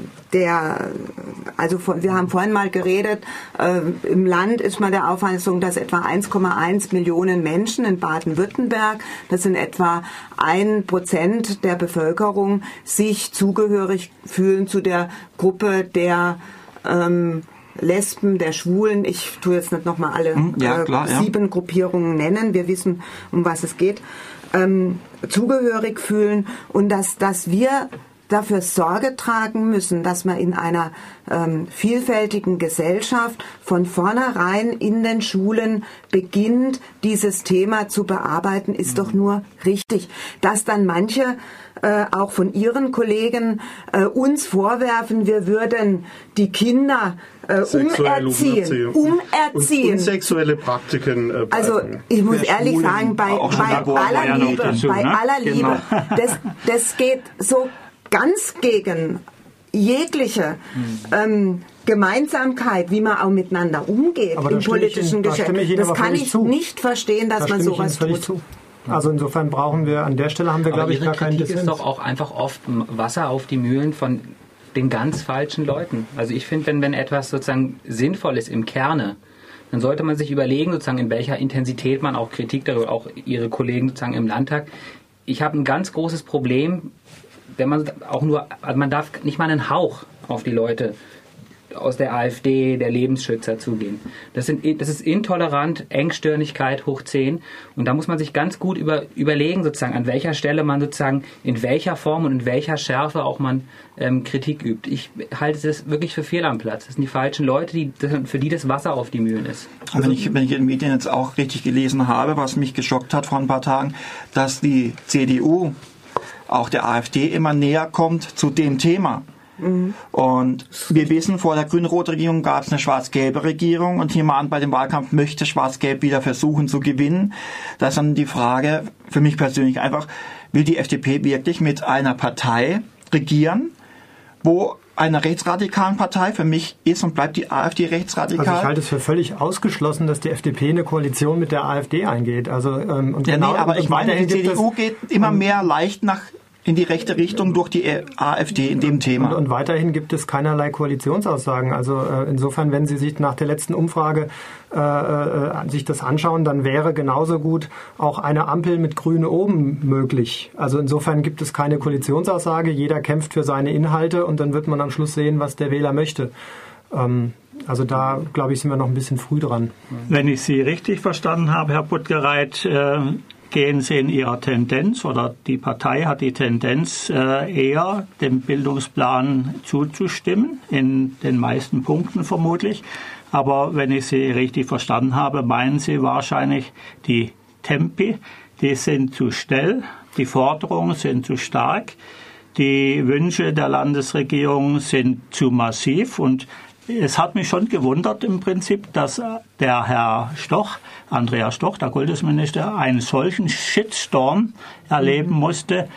Der, also wir haben vorhin mal geredet, äh, im Land ist man der Auffassung, dass etwa eins Komma eins Millionen Menschen in Baden-Württemberg, das sind etwa ein Prozent der Bevölkerung, sich zugehörig fühlen zu der Gruppe der ähm, Lesben, der Schwulen. Ich tue jetzt nicht nochmal alle ja, äh, klar, ja. sieben Gruppierungen nennen. Wir wissen, um was es geht. Ähm, zugehörig fühlen und dass, dass wir dafür Sorge tragen müssen, dass man in einer ähm, vielfältigen Gesellschaft von vornherein in den Schulen beginnt, dieses Thema zu bearbeiten, ist doch nur richtig. Dass dann manche äh, auch von Ihren Kollegen äh, uns vorwerfen, wir würden die Kinder äh, umerziehen. umerziehen. Und, und sexuelle Praktiken. Äh, also ich muss ehrlich sagen, bei, bei aller Liebe, dazu, bei ne? aller Liebe, Genau. das, das geht so ganz gegen jegliche ähm, Gemeinsamkeit, wie man auch miteinander umgeht Aber da im stimme ich politischen Ihnen- da Geschäft. stimme ich Ihnen Das aber kann völlig ich zu. nicht verstehen, dass Da man stimme ich Ihnen sowas völlig tut. zu. Also insofern brauchen wir, an der Stelle haben wir, Aber glaube ich, Ihre gar keinen Kritik ist Dissens. doch auch einfach oft Wasser auf die Mühlen von den ganz falschen Leuten. Also ich finde, wenn, wenn etwas sozusagen sinnvoll ist im Kerne, dann sollte man sich überlegen, sozusagen in welcher Intensität man auch Kritik darüber, auch Ihre Kollegen sozusagen im Landtag. Ich habe ein ganz großes Problem, wenn man auch nur, also man darf nicht mal einen Hauch auf die Leute aus der AfD der Lebensschützer zugehen. Das, sind, das ist Intolerant, Engstirnigkeit hoch zehn. Und da muss man sich ganz gut über, überlegen, sozusagen, an welcher Stelle man sozusagen, in welcher Form und in welcher Schärfe auch man ähm, Kritik übt. Ich halte das wirklich für fehl am Platz. Das sind die falschen Leute, die, für die das Wasser auf die Mühlen ist. Also wenn ich, wenn ich in den Medien jetzt auch richtig gelesen habe, was mich geschockt hat vor ein paar Tagen, dass die C D U auch der AfD immer näher kommt zu dem Thema. Mhm. Und wir wissen, vor der grün-roten Regierung gab es eine schwarz-gelbe Regierung und jemand bei dem Wahlkampf möchte Schwarz-Gelb wieder versuchen zu gewinnen. Da ist dann die Frage, für mich persönlich einfach, will die F D P wirklich mit einer Partei regieren, wo einer rechtsradikalen Partei, für mich ist und bleibt die AfD rechtsradikal? Also ich halte es für völlig ausgeschlossen, dass die F D P eine Koalition mit der AfD eingeht. Also, ähm, und ja, genau, nee, aber und ich meine, die C D U geht immer ähm, mehr leicht nach in die rechte Richtung durch die AfD in dem Thema. Und, und weiterhin gibt es keinerlei Koalitionsaussagen. Also äh, insofern, wenn Sie sich nach der letzten Umfrage äh, äh, sich das anschauen, dann wäre genauso gut auch eine Ampel mit Grüne oben möglich. Also insofern gibt es keine Koalitionsaussage. Jeder kämpft für seine Inhalte und dann wird man am Schluss sehen, was der Wähler möchte. Ähm, also da, glaube ich, sind wir noch ein bisschen früh dran. Wenn ich Sie richtig verstanden habe, Herr Buttgereit, äh, gehen Sie in Ihrer Tendenz oder die Partei hat die Tendenz, äh, eher dem Bildungsplan zuzustimmen, in den meisten Punkten vermutlich. Aber wenn ich Sie richtig verstanden habe, meinen Sie wahrscheinlich, die Tempi, die sind zu schnell, die Forderungen sind zu stark, die Wünsche der Landesregierung sind zu massiv und es hat mich schon gewundert im Prinzip, dass der Herr Stoch, Andreas Stoch, der Kultusminister, einen solchen Shitstorm erleben musste,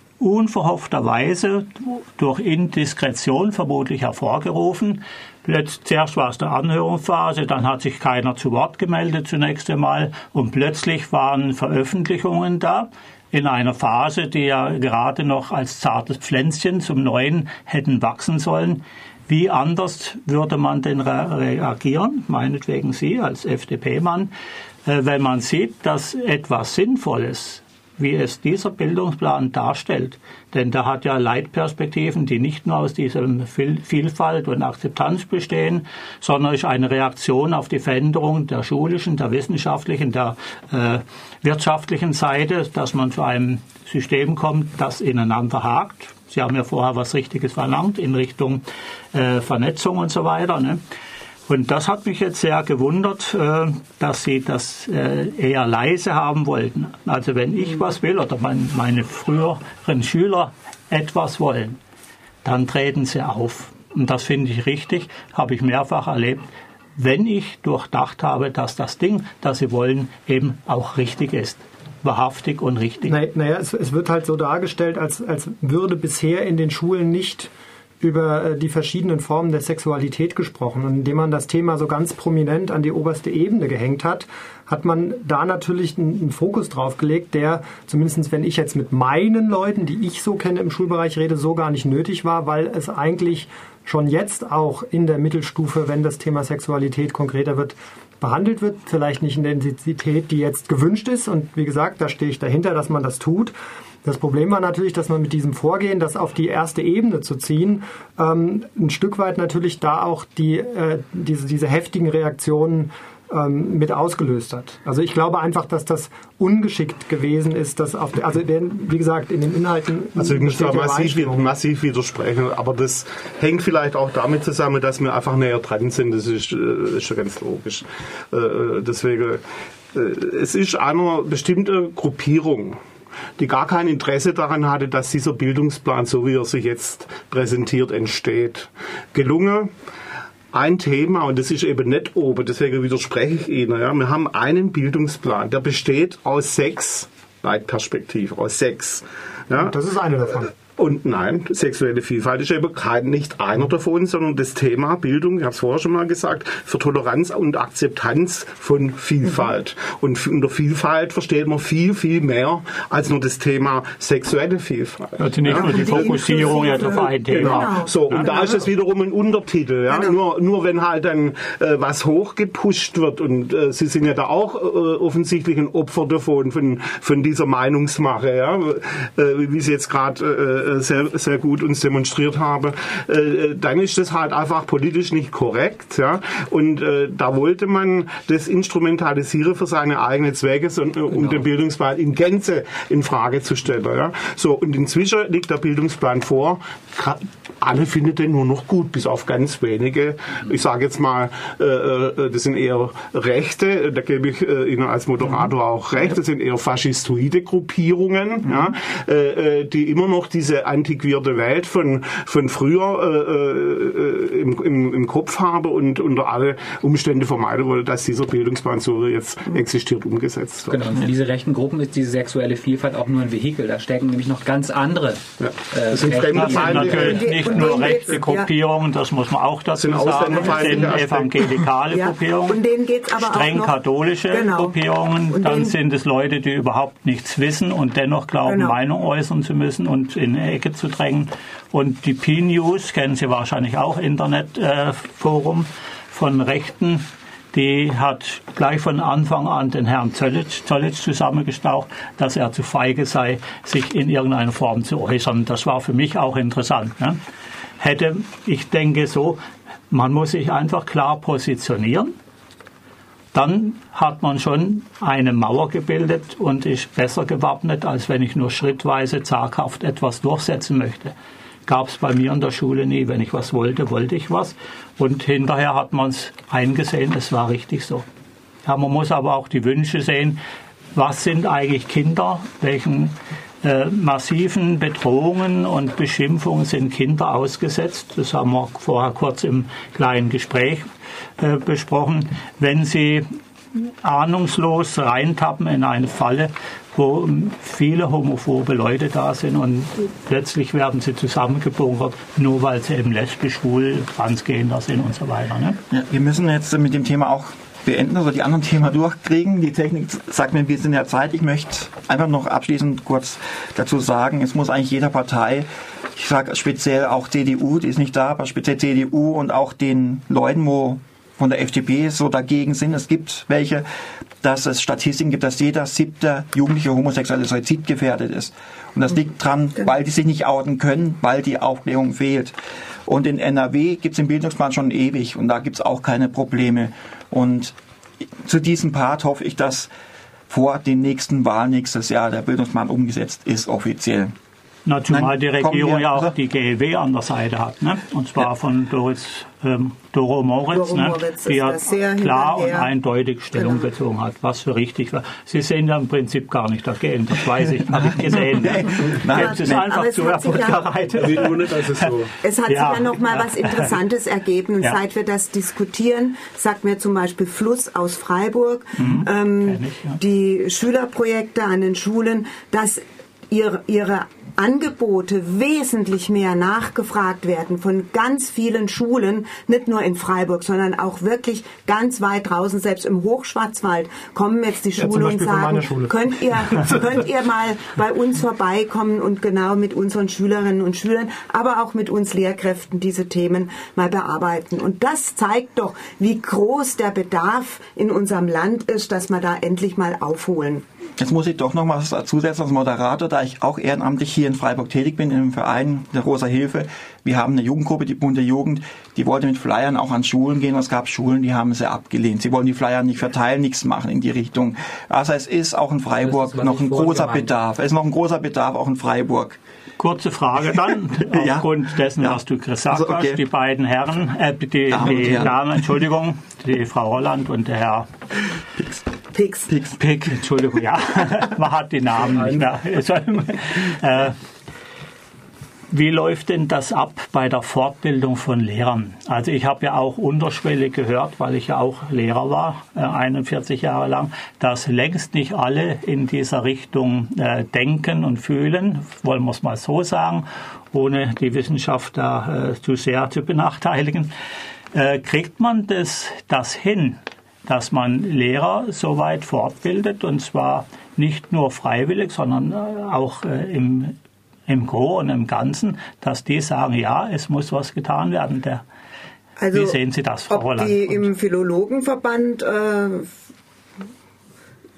unverhoffterweise durch Indiskretion vermutlich hervorgerufen. Zuerst war es der Anhörungsphase, dann hat sich keiner zu Wort gemeldet zunächst einmal und plötzlich waren Veröffentlichungen da. In einer Phase, die ja gerade noch als zartes Pflänzchen zum Neuen hätten wachsen sollen. Wie anders würde man denn reagieren, meinetwegen Sie als F D P-Mann, wenn man sieht, dass etwas Sinnvolles, wie es dieser Bildungsplan darstellt, denn da hat ja Leitperspektiven, die nicht nur aus dieser Vielfalt und Akzeptanz bestehen, sondern ist eine Reaktion auf die Veränderung der schulischen, der wissenschaftlichen, der äh, wirtschaftlichen Seite, dass man zu einem System kommt, das ineinander hakt. Sie haben ja vorher was Richtiges verlangt in Richtung äh, Vernetzung und so weiter. Ne? Und das hat mich jetzt sehr gewundert, äh, dass Sie das äh, eher leise haben wollten. Also wenn ich was will oder mein, meine früheren Schüler etwas wollen, dann treten sie auf. Und das finde ich richtig, habe ich mehrfach erlebt, wenn ich durchdacht habe, dass das Ding, das sie wollen, eben auch richtig ist. Wahrhaftig und richtig. Naja, es, es wird halt so dargestellt, als, als würde bisher in den Schulen nicht über die verschiedenen Formen der Sexualität gesprochen. Und indem man das Thema so ganz prominent an die oberste Ebene gehängt hat, hat man da natürlich einen, einen Fokus drauf gelegt, der, zumindest wenn ich jetzt mit meinen Leuten, die ich so kenne im Schulbereich rede, so gar nicht nötig war, weil es eigentlich schon jetzt auch in der Mittelstufe, wenn das Thema Sexualität konkreter wird, behandelt wird, vielleicht nicht in der Intensität, die jetzt gewünscht ist. Und wie gesagt, da stehe ich dahinter, dass man das tut. Das Problem war natürlich, dass man mit diesem Vorgehen, das auf die erste Ebene zu ziehen, ähm, ein Stück weit natürlich da auch die, äh, diese, diese heftigen Reaktionen ähm, mit ausgelöst hat. Also ich glaube einfach, dass das ungeschickt gewesen ist, dass auf der, also denn, wie gesagt, in den Inhalten. Also ich muss da massiv, massiv widersprechen, aber das hängt vielleicht auch damit zusammen, dass wir einfach näher dran sind. Das ist, äh, ist schon ganz logisch. Äh, deswegen, äh, es ist eine bestimmte Gruppierung, die gar kein Interesse daran hatte, dass dieser Bildungsplan, so wie er sich jetzt präsentiert, entsteht. Gelungen. Ein Thema, und das ist eben nicht oben, deswegen widerspreche ich Ihnen. Ja. Wir haben einen Bildungsplan, der besteht aus sechs Leitperspektiven, aus sechs. Ja. Das ist eine davon. Und nein, sexuelle Vielfalt ist eben kein, nicht einer davon, sondern das Thema Bildung, ich habe es vorher schon mal gesagt, für Toleranz und Akzeptanz von Vielfalt. Mhm. Und unter Vielfalt versteht man viel, viel mehr als nur das Thema sexuelle Vielfalt. Also nicht nur die Fokussierung jetzt auf ein Thema. Genau. So, und da ist es wiederum ein Untertitel. Ja? Genau. Nur, nur wenn halt dann äh, was hochgepusht wird, und äh, Sie sind ja da auch äh, offensichtlich ein Opfer davon, von, von dieser Meinungsmache, ja? äh, wie Sie jetzt gerade äh, äh, sehr, sehr gut uns demonstriert haben, äh, dann ist das halt einfach politisch nicht korrekt. Ja? Und äh, da wollte man das instrumentalisieren für seine eigenen Zwecke, so, genau. um den Bildungsplan in Gänze in Frage zu stellen. Ja? So, und inzwischen liegt der Bildungsplan vor. Alle finden den nur noch gut, bis auf ganz wenige. Ich sage jetzt mal, äh, das sind eher Rechte, da gebe ich äh, Ihnen als Moderator auch recht, das sind eher faschistoide Gruppierungen, mhm. ja, äh, die immer noch diese antiquierte Welt von, von früher äh, im, im, im Kopf haben und unter alle Umstände vermeiden wollen, dass dieser Bildungsplan, so jetzt existiert, umgesetzt wird. Genau, und für diese rechten Gruppen ist diese sexuelle Vielfalt auch nur ein Vehikel. Da stecken nämlich noch ganz andere. Ja. Äh, das sind Natürlich nicht nur rechte Gruppierungen, das muss man auch dazu sagen, das sind evangelikale ja. Gruppierungen, und denen geht's aber streng auch noch, katholische genau. Gruppierungen, und dann sind es Leute, die überhaupt nichts wissen und dennoch glauben, genau. Meinung äußern zu müssen und in eine Ecke zu drängen. Und die P-News, kennen Sie wahrscheinlich auch, Internetforum äh, von Rechten, die hat gleich von Anfang an den Herrn Zollitsch, Zollitsch zusammengestaucht, dass er zu feige sei, sich in irgendeiner Form zu äußern. Das war für mich auch interessant. Ne? Hätte, ich denke so, man muss sich einfach klar positionieren. Dann hat man schon eine Mauer gebildet und ist besser gewappnet, als wenn ich nur schrittweise zaghaft etwas durchsetzen möchte. Gab es bei mir in der Schule nie. Wenn ich was wollte, wollte ich was. Und hinterher hat man es eingesehen, es war richtig so. Ja, man muss aber auch die Wünsche sehen. Was sind eigentlich Kinder? Welchen äh, massiven Bedrohungen und Beschimpfungen sind Kinder ausgesetzt? Das haben wir vorher kurz im kleinen Gespräch äh, besprochen. Wenn sie ahnungslos reintappen in eine Falle, wo viele homophobe Leute da sind und plötzlich werden sie zusammengebunkert, nur weil sie eben lesbisch, schwul, transgender sind und so weiter. Ne? Ja, wir müssen jetzt mit dem Thema auch beenden oder die anderen Themen durchkriegen. Die Technik sagt mir, wir sind in der Zeit. Ich möchte einfach noch abschließend kurz dazu sagen, es muss eigentlich jeder Partei, ich sage speziell auch C D U, die ist nicht da, aber speziell C D U und auch den Leuten, wo von der F D P so dagegen sind. Es gibt welche, dass es Statistiken gibt, dass jeder siebte jugendliche homosexuelle suizidgefährdet ist. Und das liegt dran, weil die sich nicht outen können, weil die Aufklärung fehlt. Und in N R W gibt es den Bildungsplan schon ewig und da gibt es auch keine Probleme. Und zu diesem Part hoffe ich, dass vor den nächsten Wahlen nächstes Jahr der Bildungsplan umgesetzt ist, offiziell. Na, zumal die Regierung ja auch die G E W an der Seite hat, ne? Und zwar ja. von Doris, ähm, Doro Moritz, Doro ne? Moritz die ja klar und eindeutig Stellung genau. bezogen hat, was für richtig war. Sie sehen ja im Prinzip gar nicht dagegen, das weiß ich, habe ich gesehen. Ne? Nein, es ist einfach zu erfolgreich. Es hat ja. sich ja noch mal was Interessantes ergeben. Und ja. seit wir das diskutieren, sagt mir zum Beispiel Fluss aus Freiburg, mhm. ähm, ich, ja. die Schülerprojekte an den Schulen, dass ihr, ihre Angebote wesentlich mehr nachgefragt werden von ganz vielen Schulen, nicht nur in Freiburg, sondern auch wirklich ganz weit draußen, selbst im Hochschwarzwald kommen jetzt die ja, Schulen und sagen, könnt ihr, könnt ihr mal bei uns vorbeikommen und genau mit unseren Schülerinnen und Schülern, aber auch mit uns Lehrkräften diese Themen mal bearbeiten. Und das zeigt doch, wie groß der Bedarf in unserem Land ist, dass wir da endlich mal aufholen. Jetzt muss ich doch noch was zusetzen als Moderator, da ich auch ehrenamtlich hier in Freiburg tätig bin, im Verein der Rosa Hilfe. Wir haben eine Jugendgruppe, die Bunte Jugend, die wollte mit Flyern auch an Schulen gehen. Und es gab Schulen, die haben sie abgelehnt. Sie wollen die Flyer nicht verteilen, nichts machen in die Richtung. Also es ist auch in Freiburg noch ein großer Bedarf. Es ist noch ein großer Bedarf auch in Freiburg. Kurze Frage dann, ja. aufgrund dessen, ja. was du gesagt also, okay. hast. Die beiden Herren, äh, die, Damen die Dame, Entschuldigung, die Frau Holland und der Herr Pix. Pix. Pix. Pix, Entschuldigung, ja. Man hat die Namen nicht mehr. äh, Wie läuft denn das ab bei der Fortbildung von Lehrern? Also ich habe ja auch unterschwellig gehört, weil ich ja auch Lehrer war, äh, einundvierzig Jahre lang, dass längst nicht alle in dieser Richtung äh, denken und fühlen, wollen wir es mal so sagen, ohne die Wissenschaft da äh, zu sehr zu benachteiligen. Äh, kriegt man das, das hin, dass man Lehrer so weit fortbildet, und zwar nicht nur freiwillig, sondern äh, auch äh, im im Gros und im Ganzen, dass die sagen, ja, es muss was getan werden. Der, also, wie sehen Sie das, Frau ob Holland? Die im Philologenverband äh,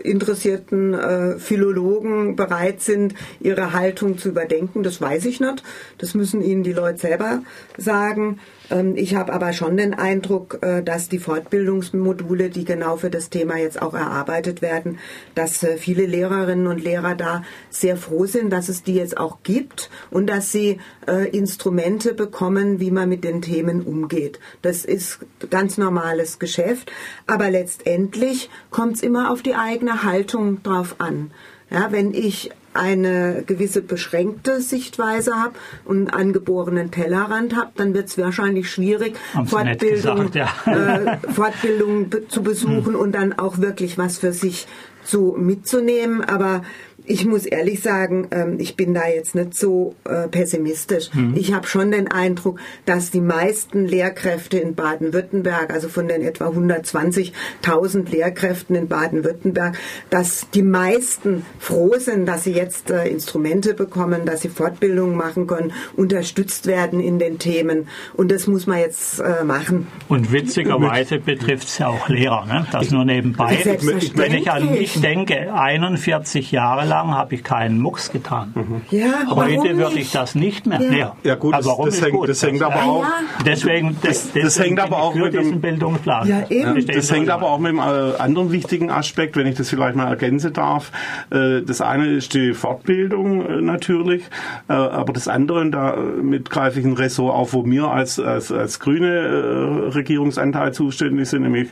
interessierten äh, Philologen bereit sind, ihre Haltung zu überdenken, das weiß ich nicht. Das müssen Ihnen die Leute selber sagen. Ähm, ich habe aber schon den Eindruck, äh, dass die Fortbildungsmodule, die genau für das Thema jetzt auch erarbeitet werden, dass äh, viele Lehrerinnen und Lehrer da sehr froh sind, dass es die jetzt auch gibt und dass sie äh, Instrumente bekommen, wie man mit den Themen umgeht. Das ist ganz normales Geschäft, aber letztendlich kommt es immer auf die eigene Haltung drauf an. Ja, wenn ich eine gewisse beschränkte Sichtweise habe und einen angeborenen Tellerrand habe, dann wird es wahrscheinlich schwierig, Fortbildung, gesagt, ja. äh, Fortbildung be- zu besuchen hm. und dann auch wirklich was für sich so mitzunehmen. Aber ich muss ehrlich sagen, ähm, ich bin da jetzt nicht so äh, pessimistisch. Hm. Ich habe schon den Eindruck, dass die meisten Lehrkräfte in Baden-Württemberg, also von den etwa hundertzwanzigtausend Lehrkräften in Baden-Württemberg, dass die meisten froh sind, dass sie jetzt äh, Instrumente bekommen, dass sie Fortbildungen machen können, unterstützt werden in den Themen. Und das muss man jetzt äh, machen. Und witzigerweise betrifft es ja auch Lehrer, ne? Das nur nebenbei. Wenn ich an mich denke, einundvierzig Jahre lang habe ich keinen Mucks getan. Mhm. Ja, heute würde ich das nicht mehr. Ja, ja. ja gut, das, das, hängt, gut. das hängt aber auch. Ja. Deswegen, das, das, das hängt aber auch mit dem Bildungsplan. Ja, eben. Das hängt aber auch mit einem äh, anderen wichtigen Aspekt, wenn ich das vielleicht mal ergänzen darf. Äh, das eine ist die Fortbildung äh, natürlich, äh, aber das andere, und damit greife ich ein Ressort auf, wo wir als als, als grüne äh, Regierungsanteil zuständig sind, nämlich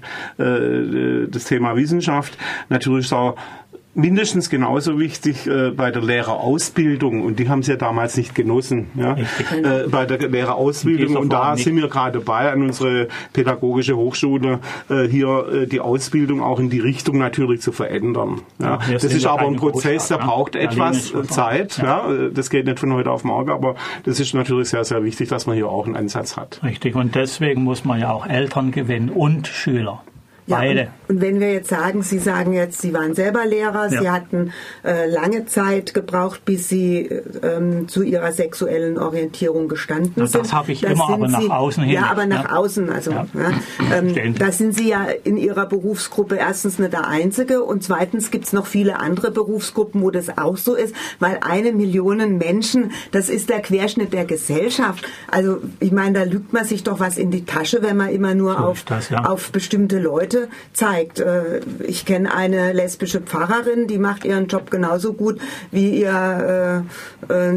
äh, das Thema Wissenschaft. Natürlich ist auch mindestens genauso wichtig äh, bei der Lehrerausbildung, und die haben sie ja damals nicht genossen, ja? äh, bei der Lehrerausbildung, und da sind wir gerade dabei, an unsere pädagogische Hochschule äh, hier äh, die Ausbildung auch in die Richtung natürlich zu verändern. Ja? Ja, das ist aber ein Prozess, der braucht etwas Zeit, ja. Ja? Das geht nicht von heute auf morgen, aber das ist natürlich sehr, sehr wichtig, dass man hier auch einen Ansatz hat. Richtig, und deswegen muss man ja auch Eltern gewinnen und Schüler. Ja, Beide. Und, und wenn wir jetzt sagen, Sie sagen jetzt, Sie waren selber Lehrer, ja. Sie hatten äh, lange Zeit gebraucht, bis Sie ähm, zu Ihrer sexuellen Orientierung gestanden Na, sind. Das habe ich das immer, aber Sie, nach außen hin. Ja, aber nach ja. außen. Also ja. Ja, ähm, da sind Sie ja in Ihrer Berufsgruppe erstens nicht der Einzige, und zweitens gibt es noch viele andere Berufsgruppen, wo das auch so ist, weil eine Million Menschen, das ist der Querschnitt der Gesellschaft. Also ich meine, da lügt man sich doch was in die Tasche, wenn man immer nur so auf, das, ja. auf bestimmte Leute zeigt. Ich kenne eine lesbische Pfarrerin, die macht ihren Job genauso gut wie ihr äh, äh,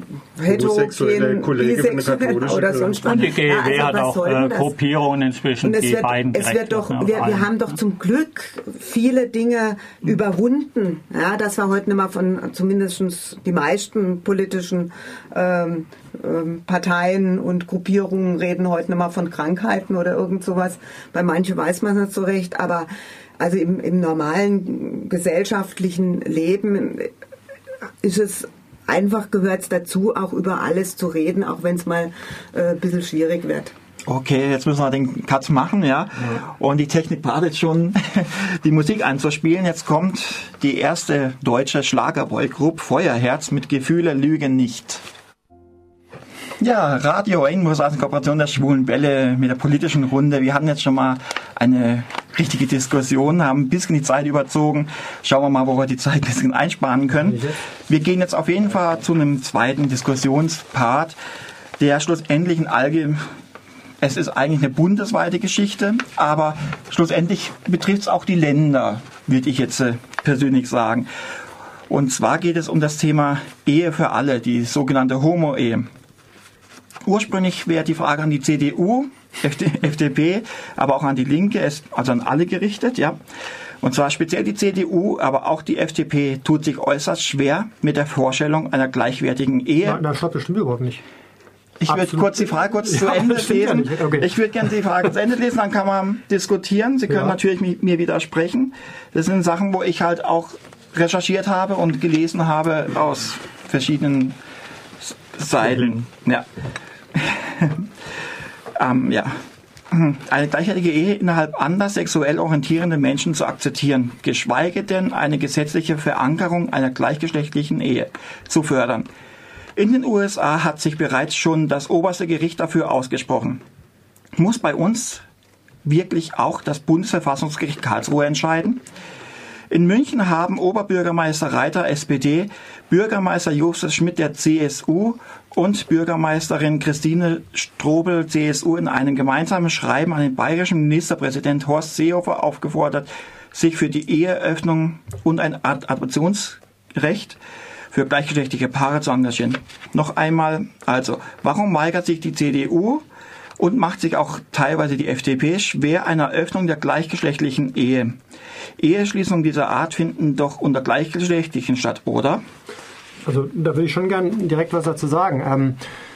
heterogene Kollege von der katholischen oder sonst was. Und die G E W ja, also hat auch äh, Gruppierungen inzwischen, und es die wird, beiden es wird doch, wir, wir haben doch zum Glück viele Dinge mhm. überwunden, ja, dass wir heute nicht mehr von, zumindest die meisten politischen ähm, Parteien und Gruppierungen reden heute nicht mal von Krankheiten oder irgend sowas. Bei manchen weiß man es nicht so recht, aber also im, im normalen gesellschaftlichen Leben ist es einfach, gehört es dazu, auch über alles zu reden, auch wenn es mal äh, ein bisschen schwierig wird. Okay, jetzt müssen wir den Cut machen, ja. ja. Und die Technik wartet schon, die Musik einzuspielen. Jetzt kommt die erste deutsche Schlagerboygroup Feuerherz mit Gefühle lügen nicht. Ja, Radio Engmus als Kooperation der Schwulen Welle mit der politischen Runde. Wir hatten jetzt schon mal eine richtige Diskussion, haben ein bisschen die Zeit überzogen. Schauen wir mal, wo wir die Zeit ein bisschen einsparen können. Wir gehen jetzt auf jeden Fall zu einem zweiten Diskussionspart, der schlussendlich ein allgemein, es ist eigentlich eine bundesweite Geschichte, aber schlussendlich betrifft es auch die Länder, würde ich jetzt persönlich sagen. Und zwar geht es um das Thema Ehe für alle, die sogenannte Homo-Ehe. Ursprünglich wäre die Frage an die C D U, F D P, aber auch an die Linke, also an alle gerichtet, ja. Und zwar speziell die C D U, aber auch die F D P tut sich äußerst schwer mit der Vorstellung einer gleichwertigen Ehe. Nein, das stimmt bestimmt überhaupt nicht. Ich würde kurz die Frage kurz ja, zu Ende lesen. Ja okay. Ich würde gerne die Frage zu Ende lesen, dann kann man diskutieren. Sie können ja. natürlich mir widersprechen. Das sind Sachen, wo ich halt auch recherchiert habe und gelesen habe aus verschiedenen Seiten. Ja. ähm, ja. Eine gleichwertige Ehe innerhalb anders sexuell orientierender Menschen zu akzeptieren, geschweige denn eine gesetzliche Verankerung einer gleichgeschlechtlichen Ehe zu fördern. In den U S A hat sich bereits schon das oberste Gericht dafür ausgesprochen. Muss bei uns wirklich auch das Bundesverfassungsgericht Karlsruhe entscheiden? In München haben Oberbürgermeister Reiter S P D, Bürgermeister Justus Schmidt der C S U und Bürgermeisterin Christine Strobel C S U in einem gemeinsamen Schreiben an den bayerischen Ministerpräsident Horst Seehofer aufgefordert, sich für die Eheöffnung und ein Adoptionsrecht für gleichgeschlechtliche Paare zu engagieren. Noch einmal, also, warum weigert sich die C D U und macht sich auch teilweise die F D P schwer einer Öffnung der gleichgeschlechtlichen Ehe? Eheschließungen dieser Art finden doch unter Gleichgeschlechtlichen statt, oder? Also da will ich schon gern direkt was dazu sagen. Ähm,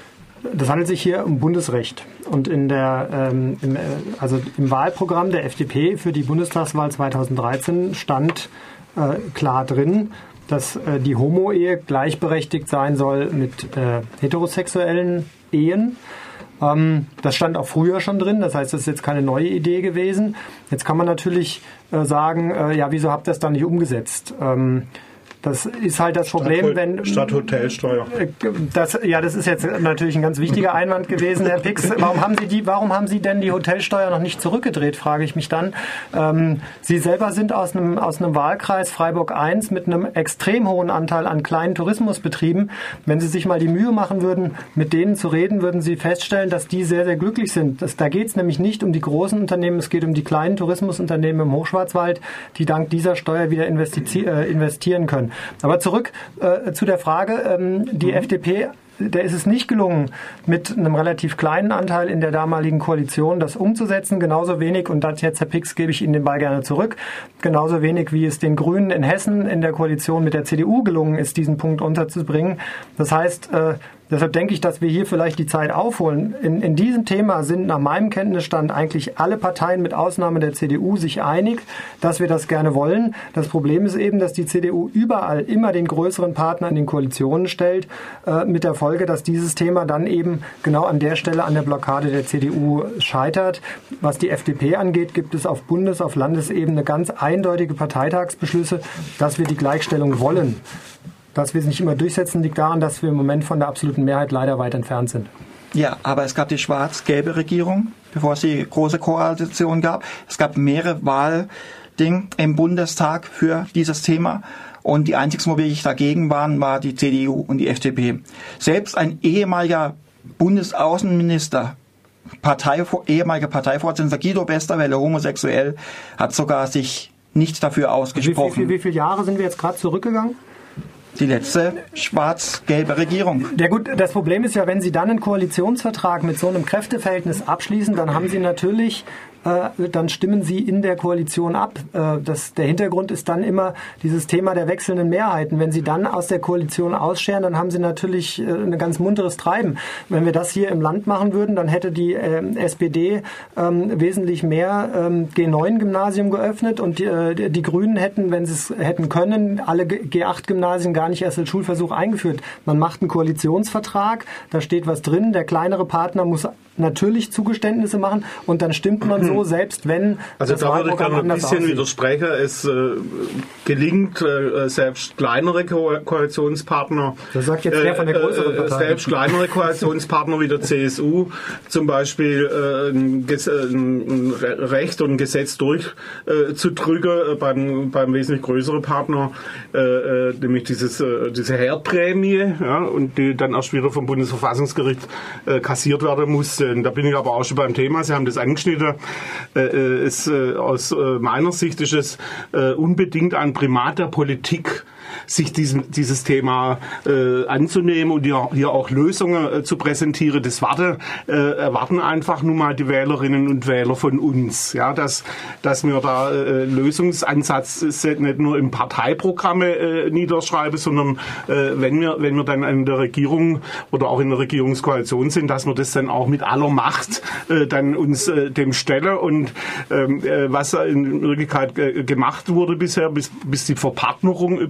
das handelt sich hier um Bundesrecht. Und in der, ähm, im, also im Wahlprogramm der F D P für die Bundestagswahl zweitausenddreizehn stand äh, klar drin, dass äh, die Homo-Ehe gleichberechtigt sein soll mit äh, heterosexuellen Ehen. Ähm, das stand auch früher schon drin, das heißt, das ist jetzt keine neue Idee gewesen. Jetzt kann man natürlich äh, sagen, äh, ja, wieso habt ihr das dann nicht umgesetzt? Ähm, Das ist halt das Problem, Stadt, wenn... Statt Hotelsteuer. Das, ja, das ist jetzt natürlich ein ganz wichtiger Einwand gewesen, Herr Pix. Warum haben Sie die, warum haben Sie denn die Hotelsteuer noch nicht zurückgedreht, frage ich mich dann. Ähm, Sie selber sind aus einem, aus einem Wahlkreis Freiburg eins mit einem extrem hohen Anteil an kleinen Tourismusbetrieben. Wenn Sie sich mal die Mühe machen würden, mit denen zu reden, würden Sie feststellen, dass die sehr, sehr glücklich sind. Das, da geht es nämlich nicht um die großen Unternehmen, es geht um die kleinen Tourismusunternehmen im Hochschwarzwald, die dank dieser Steuer wieder investi- äh, investieren können. Aber zurück äh, zu der Frage, ähm, die mhm. F D P, der ist es nicht gelungen, mit einem relativ kleinen Anteil in der damaligen Koalition das umzusetzen. Genauso wenig, und das jetzt, Herr Pix, gebe ich Ihnen den Ball gerne zurück, genauso wenig wie es den Grünen in Hessen in der Koalition mit der C D U gelungen ist, diesen Punkt unterzubringen. Das heißt, äh, deshalb denke ich, dass wir hier vielleicht die Zeit aufholen. In, in diesem Thema sind nach meinem Kenntnisstand eigentlich alle Parteien mit Ausnahme der C D U sich einig, dass wir das gerne wollen. Das Problem ist eben, dass die C D U überall immer den größeren Partner in den Koalitionen stellt, äh, mit der Folge, dass dieses Thema dann eben genau an der Stelle an der Blockade der C D U scheitert. Was die F D P angeht, gibt es auf Bundes-, auf Landesebene ganz eindeutige Parteitagsbeschlüsse, dass wir die Gleichstellung wollen. Dass wir es nicht immer durchsetzen, liegt daran, dass wir im Moment von der absoluten Mehrheit leider weit entfernt sind. Ja, aber es gab die schwarz-gelbe Regierung, bevor es die große Koalition gab. Es gab mehrere Wahldinge im Bundestag für dieses Thema. Und die einzigen, wo wirklich dagegen waren, war die C D U und die F D P. Selbst ein ehemaliger Bundesaußenminister, Partei, ehemaliger Parteivorsitzender Guido Westerwelle, homosexuell, hat sogar sich nicht dafür ausgesprochen. Wie, wie, wie, wie viele Jahre sind wir jetzt gerade zurückgegangen? Die letzte schwarz-gelbe Regierung. Ja gut, das Problem ist ja, wenn Sie dann einen Koalitionsvertrag mit so einem Kräfteverhältnis abschließen, dann haben Sie natürlich, äh, dann stimmen Sie in der Koalition ab. Äh, das, der Hintergrund ist dann immer dieses Thema der wechselnden Mehrheiten. Wenn Sie dann aus der Koalition ausscheren, dann haben Sie natürlich äh, ein ganz munteres Treiben. Wenn wir das hier im Land machen würden, dann hätte die äh, S P D äh, wesentlich mehr äh, G neun Gymnasium geöffnet und die, äh, die Grünen hätten, wenn sie es hätten können, alle G acht Gymnasien gar nicht erst als Schulversuch eingeführt. Man macht einen Koalitionsvertrag, da steht was drin, der kleinere Partner muss natürlich Zugeständnisse machen und dann stimmt man so, selbst wenn also das da würde ich gerne ein bisschen aussieht. widersprechen. Es äh, gelingt äh, selbst kleinere Ko- Koalitionspartner, das sagt jetzt der von der größeren Partei. Äh, selbst kleinere Koalitionspartner wie der C S U zum Beispiel äh, ein, Ges- ein Recht und ein Gesetz durchzudrücken äh, beim, beim wesentlich größeren Partner, äh, nämlich dieses, äh, diese Herdprämie, ja, und die dann erst wieder vom Bundesverfassungsgericht äh, kassiert werden muss. Da bin ich aber auch schon beim Thema. Sie haben das angeschnitten. Äh, es, äh, aus äh, meiner Sicht ist es äh, unbedingt ein Primat der Politik, sich diesem, dieses Thema äh, anzunehmen und hier, hier auch Lösungen äh, zu präsentieren. Das warte, äh, erwarten einfach nun mal die Wählerinnen und Wähler von uns. Ja, dass, dass wir da äh, Lösungsansatz nicht nur im Parteiprogramme äh, niederschreiben, sondern äh, wenn wir, wenn wir dann in der Regierung oder auch in der Regierungskoalition sind, dass wir das dann auch mit aller Macht äh, dann uns äh, dem stellen und ähm, äh, was in Wirklichkeit äh, gemacht wurde bisher, bis, bis die Verpartnerung überhaupt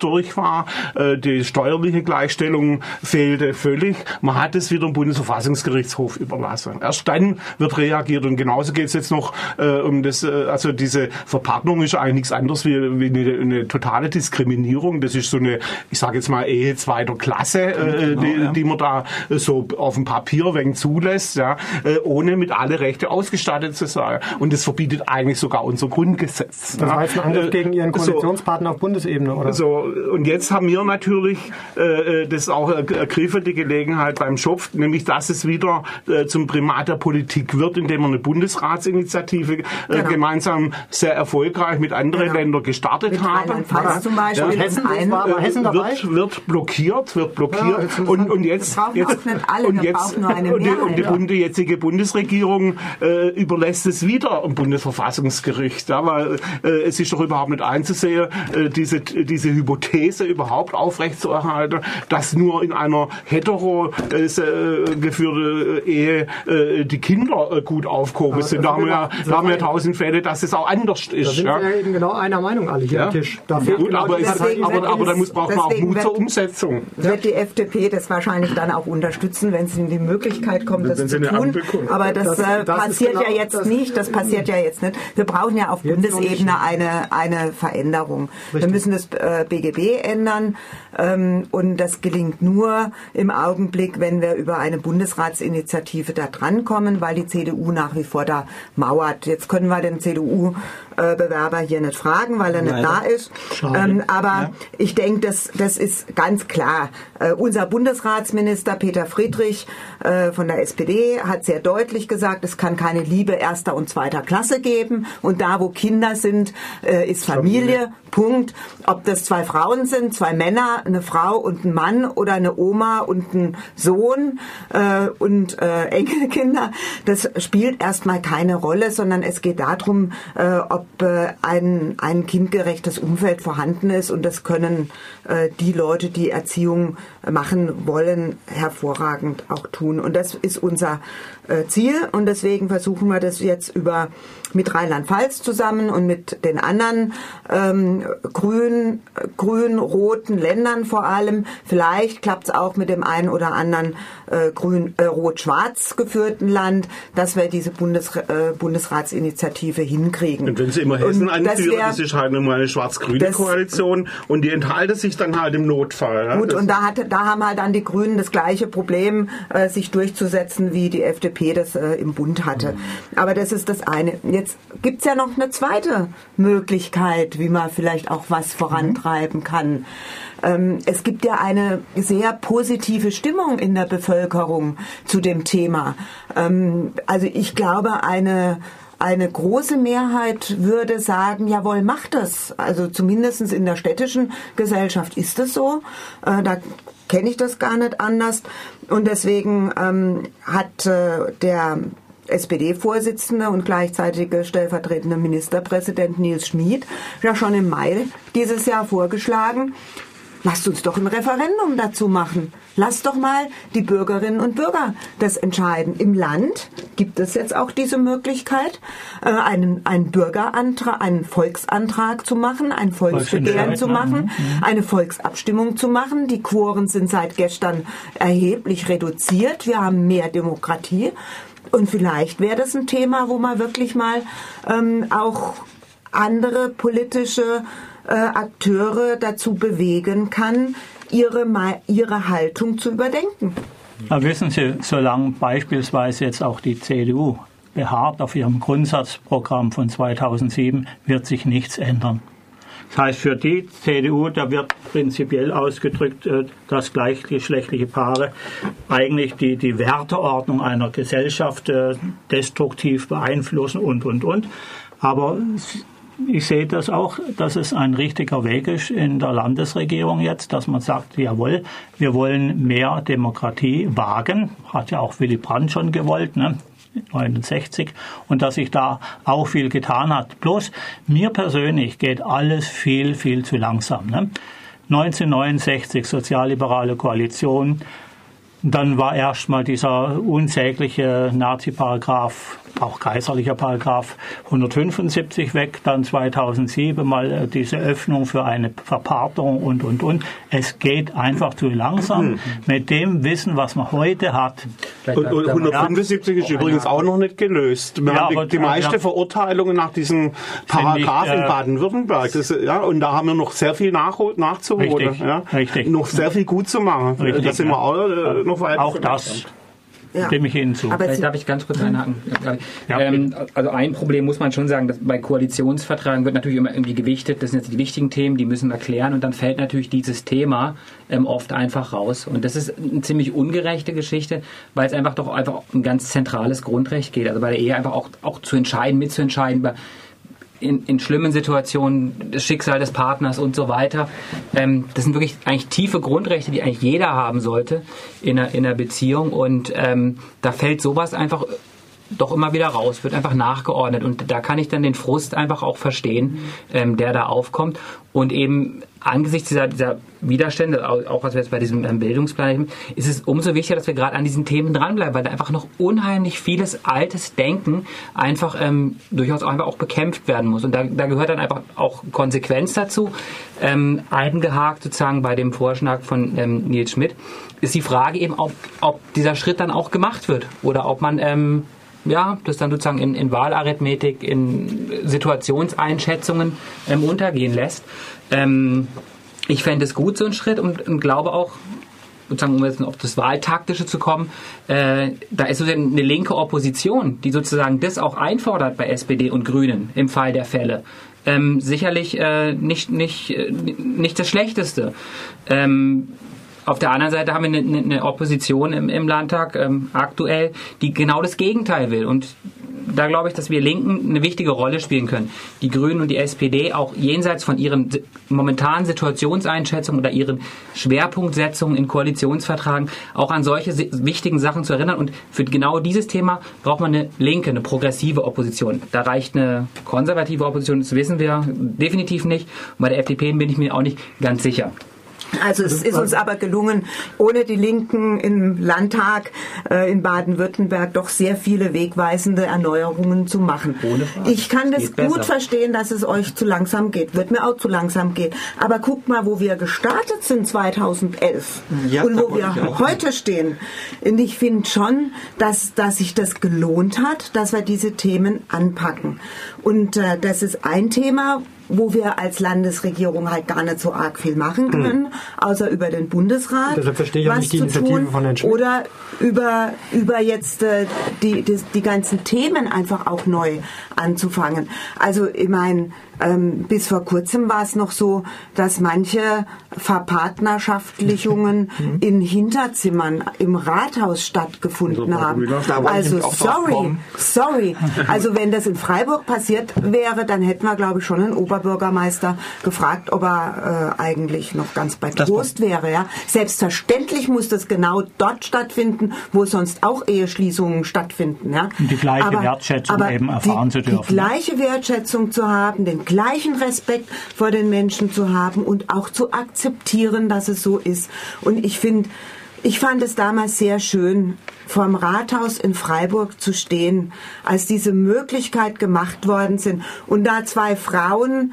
durch war. Äh, die steuerliche Gleichstellung fehlte völlig. Man hat es wieder dem Bundesverfassungsgerichtshof überlassen. Erst dann wird reagiert und genauso geht es jetzt noch äh, um das, äh, also diese Verpartnung ist eigentlich nichts anderes wie, wie eine, eine totale Diskriminierung. Das ist so eine, ich sage jetzt mal, Ehe zweiter Klasse, äh, genau, die, ja. die man da so auf dem Papier wegen zulässt, ja, äh, ohne mit alle Rechte ausgestattet zu sein. Und das verbietet eigentlich sogar unser Grundgesetz. Das ja. war jetzt ein Angriff äh, gegen Ihren Koalitionspartner so, auf Bundesebene, oder? So, und jetzt haben wir natürlich äh, das auch ergriffen, die Gelegenheit beim Schopf, nämlich dass es wieder äh, zum Primat der Politik wird, indem wir eine Bundesratsinitiative äh, genau. gemeinsam sehr erfolgreich mit anderen genau. Ländern gestartet mit haben. Rheinland-Pfalz zum Beispiel. Ja. Hessen, ein, war, war Hessen dabei? Wird, wird blockiert, wird blockiert. Ja, jetzt und, und jetzt, jetzt nicht alle, und jetzt nur eine und die, und die, ja. und die jetzige Bundesregierung äh, überlässt es wieder dem Bundesverfassungsgericht, ja, weil äh, es ist doch überhaupt nicht einzusehen, äh, diese diese Hypothese überhaupt aufrechtzuerhalten, dass nur in einer hetero äh, geführte Ehe äh, die Kinder äh, gut aufgehoben sind. Da haben wir da haben wir tausend Fälle, dass es auch anders ist. Da sind ja. wir ja eben genau einer Meinung alle hier ja. am Tisch. Da ja, gut, genau aber, ist, aber, aber da muss braucht man auch Mut zur Umsetzung. Wird die F D P das wahrscheinlich dann auch unterstützen, wenn es in die Möglichkeit kommt, das zu tun. Aber das, das, äh, das passiert genau, ja jetzt das nicht. Das passiert ja jetzt nicht. Wir brauchen ja auf Bundesebene eine, eine Veränderung. Richtig. Wir müssen das äh, B G B ändern. Ähm, und das gelingt nur im Augenblick, wenn wir über eine Bundesratsinitiative da drankommen, weil die C D U nach wie vor da mauert. Jetzt können wir den C D U-Bewerber hier nicht fragen, weil er nicht Leider. da ist. Ähm, aber ja. ich denke, das, das ist ganz klar. Äh, unser Bundesratsminister Peter Friedrich äh, von der S P D hat sehr deutlich gesagt, es kann keine Liebe erster und zweiter Klasse geben. Und da, wo Kinder sind, äh, ist Familie. Familie. Punkt. Ob das zwei Frauen sind, zwei Männer, eine Frau und ein Mann oder eine Oma und ein Sohn äh, und äh, Enkelkinder, das spielt erstmal keine Rolle, sondern es geht darum, äh, ob äh, ein, ein kindgerechtes Umfeld vorhanden ist, und das können äh, die Leute, die Erziehung machen wollen, hervorragend auch tun. Und das ist unser äh, Ziel, und deswegen versuchen wir das jetzt über mit Rheinland-Pfalz zusammen und mit den anderen ähm, grün, grün-roten Ländern vor allem. Vielleicht klappt es auch mit dem einen oder anderen äh, grün, äh, rot-schwarz geführten Land, dass wir diese Bundes, äh, Bundesratsinitiative hinkriegen. Und wenn Sie immer Hessen anführen, das ist halt nur eine schwarz-grüne Koalition, und die enthalten sich dann halt im Notfall. Ja? Gut, das und da, hat, da haben halt dann die Grünen das gleiche Problem, äh, sich durchzusetzen, wie die F D P das äh, im Bund hatte. Mhm. Aber das ist das eine. Jetzt gibt es ja noch eine zweite Möglichkeit, wie man vielleicht auch was vorantreiben kann. Ähm, es gibt ja eine sehr positive Stimmung in der Bevölkerung zu dem Thema. Ähm, also ich glaube, eine Eine große Mehrheit würde sagen, jawohl, macht das. Also zumindest in der städtischen Gesellschaft ist es so. Äh, da kenne ich das gar nicht anders. Und deswegen ähm, hat äh, der S P D-Vorsitzende und gleichzeitige stellvertretende Ministerpräsident Nils Schmid ja schon im Mai dieses Jahr vorgeschlagen, lasst uns doch ein Referendum dazu machen. Lasst doch mal die Bürgerinnen und Bürger das entscheiden. Im Land gibt es jetzt auch diese Möglichkeit, einen, einen Bürgerantrag, einen Volksantrag zu machen, ein Volksbegehren zu machen, eine Volksabstimmung zu machen. Die Quoren sind seit gestern erheblich reduziert. Wir haben mehr Demokratie. Und vielleicht wäre das ein Thema, wo man wirklich mal ähm, auch andere politische äh, Akteure dazu bewegen kann, ihre, ihre Haltung zu überdenken. Aber wissen Sie, solange beispielsweise jetzt auch die C D U beharrt auf ihrem Grundsatzprogramm von zweitausendsieben, wird sich nichts ändern. Das heißt, für die C D U, da wird prinzipiell ausgedrückt, dass gleichgeschlechtliche Paare eigentlich die, die Werteordnung einer Gesellschaft destruktiv beeinflussen und, und, und. Aber ich sehe das auch, dass es ein richtiger Weg ist in der Landesregierung jetzt, dass man sagt, jawohl, wir wollen mehr Demokratie wagen. Hat ja auch Willy Brandt schon gewollt, ne? neunundsechzig, und dass sich da auch viel getan hat. Bloß mir persönlich geht alles viel, viel zu langsam. Ne? neunzehnhundertneunundsechzig, sozialliberale Koalition, dann war erstmal dieser unsägliche Nazi-Paragraph auch kaiserlicher Paragraph hundertfünfundsiebzig weg, dann zweitausendsieben mal diese Öffnung für eine Verpartung und, und, und. Es geht einfach zu langsam mhm. mit dem Wissen, was man heute hat. Und, und hundertfünfundsiebzig ist übrigens auch noch nicht gelöst. Wir ja, haben die, die meisten ja, Verurteilungen nach diesem Paragraph ich, äh, in Baden-Württemberg. Das, ja, und da haben wir noch sehr viel nach, nachzuholen. Richtig, ja, richtig. Noch sehr viel gut zu machen. Richtig, da sind wir auch äh, noch weiter. Auch das. Ja. Stimme ich Ihnen zu. Aber vielleicht darf ich ganz kurz einhaken. Ja, ähm, also ein Problem muss man schon sagen, dass bei Koalitionsverträgen wird natürlich immer irgendwie gewichtet, das sind jetzt die wichtigen Themen, die müssen wir klären und dann fällt natürlich dieses Thema ähm, oft einfach raus. Und das ist eine ziemlich ungerechte Geschichte, weil es einfach doch einfach um ein ganz zentrales Grundrecht geht. Also bei der Ehe einfach auch, auch zu entscheiden, mitzuentscheiden, bei In, in schlimmen Situationen, das Schicksal des Partners und so weiter. Ähm, das sind wirklich eigentlich tiefe Grundrechte, die eigentlich jeder haben sollte in einer, in einer Beziehung und ähm, da fällt sowas einfach doch immer wieder raus, wird einfach nachgeordnet und da kann ich dann den Frust einfach auch verstehen, ähm, der da aufkommt und eben angesichts dieser, dieser Widerstände, auch was wir jetzt bei diesem Bildungsplan haben, ist es umso wichtiger, dass wir gerade an diesen Themen dranbleiben, weil da einfach noch unheimlich vieles altes Denken einfach ähm, durchaus auch einfach auch bekämpft werden muss. Und da, da gehört dann einfach auch Konsequenz dazu. Ähm, eingehakt sozusagen bei dem Vorschlag von ähm, Nils Schmidt ist die Frage eben, ob, ob dieser Schritt dann auch gemacht wird oder ob man ähm, ja, das dann sozusagen in, in Wahlarithmetik, in Situationseinschätzungen ähm, untergehen lässt. Ähm, ich fände es gut, so einen Schritt, und, und glaube auch, sozusagen, um jetzt auf das Wahltaktische zu kommen, äh, da ist so eine linke Opposition, die sozusagen das auch einfordert bei S P D und Grünen im Fall der Fälle. Ähm, sicherlich äh, nicht, nicht, äh, nicht das Schlechteste. Ähm, Auf der anderen Seite haben wir eine, eine Opposition im, im Landtag ähm, aktuell, die genau das Gegenteil will. Und da glaube ich, dass wir Linken eine wichtige Rolle spielen können. Die Grünen und die S P D auch jenseits von ihren momentanen Situationseinschätzungen oder ihren Schwerpunktsetzungen in Koalitionsverträgen auch an solche wichtigen Sachen zu erinnern. Und für genau dieses Thema braucht man eine linke, eine progressive Opposition. Da reicht eine konservative Opposition, das wissen wir definitiv nicht. Und bei der F D P bin ich mir auch nicht ganz sicher. Also es ist uns aber gelungen, ohne die Linken im Landtag äh, in Baden-Württemberg doch sehr viele wegweisende Erneuerungen zu machen. Ohne Frage. Ich kann das Geht gut besser. verstehen, dass es euch zu langsam geht. Wird mir auch zu langsam gehen. Aber guckt mal, wo wir gestartet sind zweitausendelf ja, und wo wir heute stehen. Und ich finde schon, dass, dass sich das gelohnt hat, dass wir diese Themen anpacken. Und äh, das ist ein Thema, wo wir als Landesregierung halt gar nicht so arg viel machen können, mhm. außer über den Bundesrat Deshalb verstehe ich auch was nicht die zu Initiative tun, von Herrn Schmidt. oder über, über jetzt äh, die, die, die ganzen Themen einfach auch neu anzufangen. Also ich meine, ähm, bis vor kurzem war es noch so, dass manche Verpartnerschaftlichungen in Hinterzimmern im Rathaus stattgefunden haben. Also sorry, sorry. Also wenn das in Freiburg passiert wäre, dann hätten wir, glaube ich, schon einen Oberbürgermeister gefragt, ob er äh, eigentlich noch ganz bei Trost wäre. Ja? Selbstverständlich muss das genau dort stattfinden, wo sonst auch Eheschließungen stattfinden. Ja? Und die gleiche aber, Wertschätzung aber eben erfahren die, zu dürfen. Die gleiche Wertschätzung zu haben, den gleichen Respekt vor den Menschen zu haben und auch zu akzeptieren, dass es so ist. Und ich finde, ich fand es damals sehr schön, vorm Rathaus in Freiburg zu stehen, als diese Möglichkeit gemacht worden sind. Und da zwei Frauen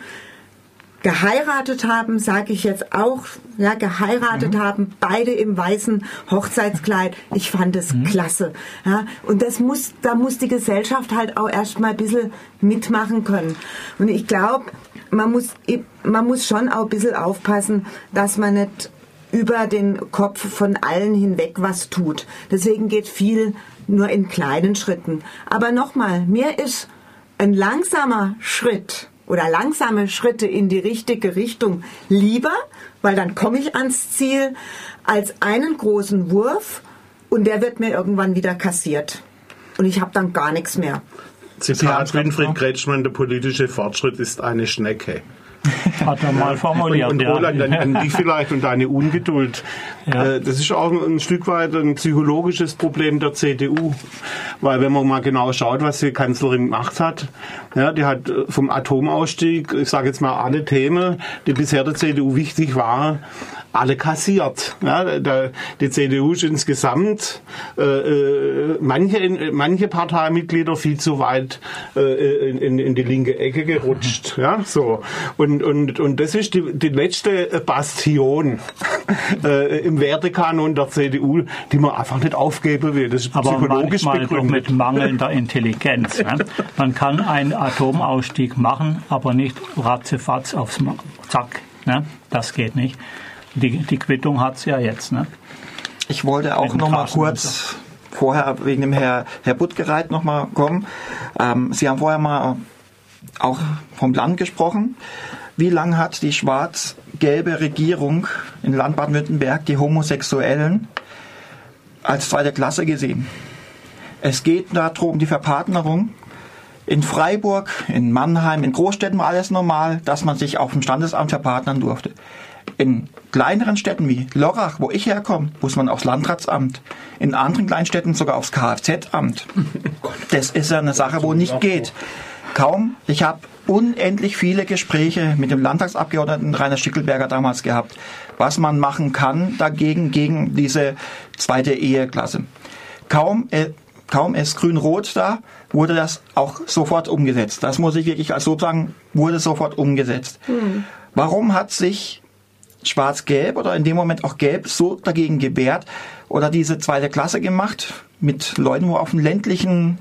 geheiratet haben, sage ich jetzt auch, ja, geheiratet mhm. haben, beide im weißen Hochzeitskleid. Ich fand es mhm. klasse. Ja, und das muss, da muss die Gesellschaft halt auch erstmal ein bisschen mitmachen können. Und ich glaube, man muss, man muss schon auch ein bisschen aufpassen, dass man nicht über den Kopf von allen hinweg was tut. Deswegen geht viel nur in kleinen Schritten. Aber nochmal, mir ist ein langsamer Schritt oder langsame Schritte in die richtige Richtung lieber, weil dann komme ich ans Ziel, als einen großen Wurf und der wird mir irgendwann wieder kassiert. Und ich habe dann gar nichts mehr. Zitat Winfried Kretschmann, der politische Fortschritt ist eine Schnecke. Hat er mal formuliert. Und, und Roland, ja. an, an dich vielleicht und deine Ungeduld. Ja. Das ist auch ein Stück weit ein psychologisches Problem der C D U. Weil wenn man mal genau schaut, was die Kanzlerin gemacht hat, ja, die hat vom Atomausstieg, ich sage jetzt mal alle Themen, die bisher der C D U wichtig waren, alle kassiert. Ja, der, die C D U ist insgesamt äh, manche, manche Parteimitglieder viel zu weit äh, in, in, in die linke Ecke gerutscht. Ja, so. Und, und, und das ist die, die letzte Bastion äh, im Wertekanon der C D U, die man einfach nicht aufgeben will. Das ist aber psychologisch manchmal doch mit mangelnder Intelligenz. Ne? Man kann einen Atomausstieg machen, aber nicht ratzefatz aufs Ma- Zack. Ne? Das geht nicht. Die, die Quittung hat es ja jetzt. Ne? Ich wollte auch noch mal kurz vorher wegen dem Herr, Herr Buttgereit noch mal kommen. Ähm, Sie haben vorher mal auch vom Land gesprochen. Wie lange hat die schwarz-gelbe Regierung in Land Baden-Württemberg die Homosexuellen als zweite Klasse gesehen? Es geht darum, die Verpartnerung. In Freiburg, in Mannheim, in Großstädten war alles normal, dass man sich auf dem Standesamt verpartnern durfte. In kleineren Städten wie Lörrach, wo ich herkomme, muss man aufs Landratsamt. In anderen Kleinstädten sogar aufs K F Z-Amt. Das ist ja eine Sache, wo nicht geht. Kaum. Ich habe unendlich viele Gespräche mit dem Landtagsabgeordneten Rainer Stickelberger damals gehabt, was man machen kann dagegen, gegen diese zweite Eheklasse. Kaum, äh, kaum ist Grün-Rot da, wurde das auch sofort umgesetzt. Das muss ich wirklich als so sagen, wurde sofort umgesetzt. Mhm. Warum hat sich Schwarz-Gelb oder in dem Moment auch Gelb so dagegen gewehrt oder diese zweite Klasse gemacht mit Leuten, die auf dem ländlichen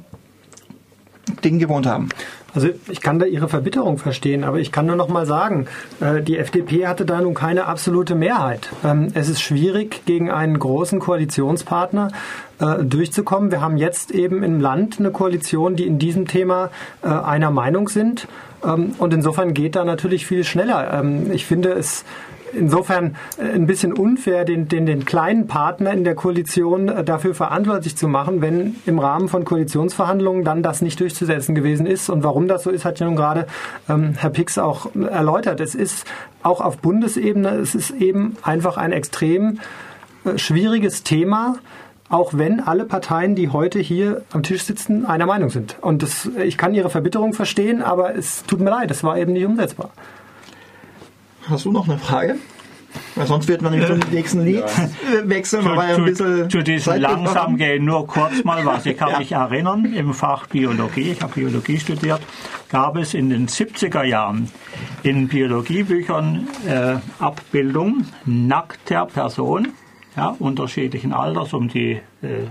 Ding gewohnt haben? Also ich kann da Ihre Verbitterung verstehen, aber ich kann nur noch mal sagen, die F D P hatte da nun keine absolute Mehrheit. Es ist schwierig, gegen einen großen Koalitionspartner durchzukommen. Wir haben jetzt eben im Land eine Koalition, die in diesem Thema einer Meinung sind. Und insofern geht da natürlich viel schneller. Ich finde es insofern ein bisschen unfair, den, den, den kleinen Partner in der Koalition dafür verantwortlich zu machen, wenn im Rahmen von Koalitionsverhandlungen dann das nicht durchzusetzen gewesen ist. Und warum das so ist, hat ja nun gerade ähm, Herr Pix auch erläutert. Es ist auch auf Bundesebene, es ist eben einfach ein extrem äh, schwieriges Thema, auch wenn alle Parteien, die heute hier am Tisch sitzen, einer Meinung sind. Und das, ich kann Ihre Verbitterung verstehen, aber es tut mir leid, es war eben nicht umsetzbar. Hast du noch eine Frage? Weil sonst wird man nicht zum nächsten Lied ja. wechseln. Zu, war ja ein bisschen zu diesem langsam gehen nur kurz mal was. Ich kann ja. mich erinnern, im Fach Biologie, ich habe Biologie studiert, gab es in den siebziger Jahren in Biologiebüchern äh, Abbildungen nackter Personen, ja, unterschiedlichen Alters, um die äh,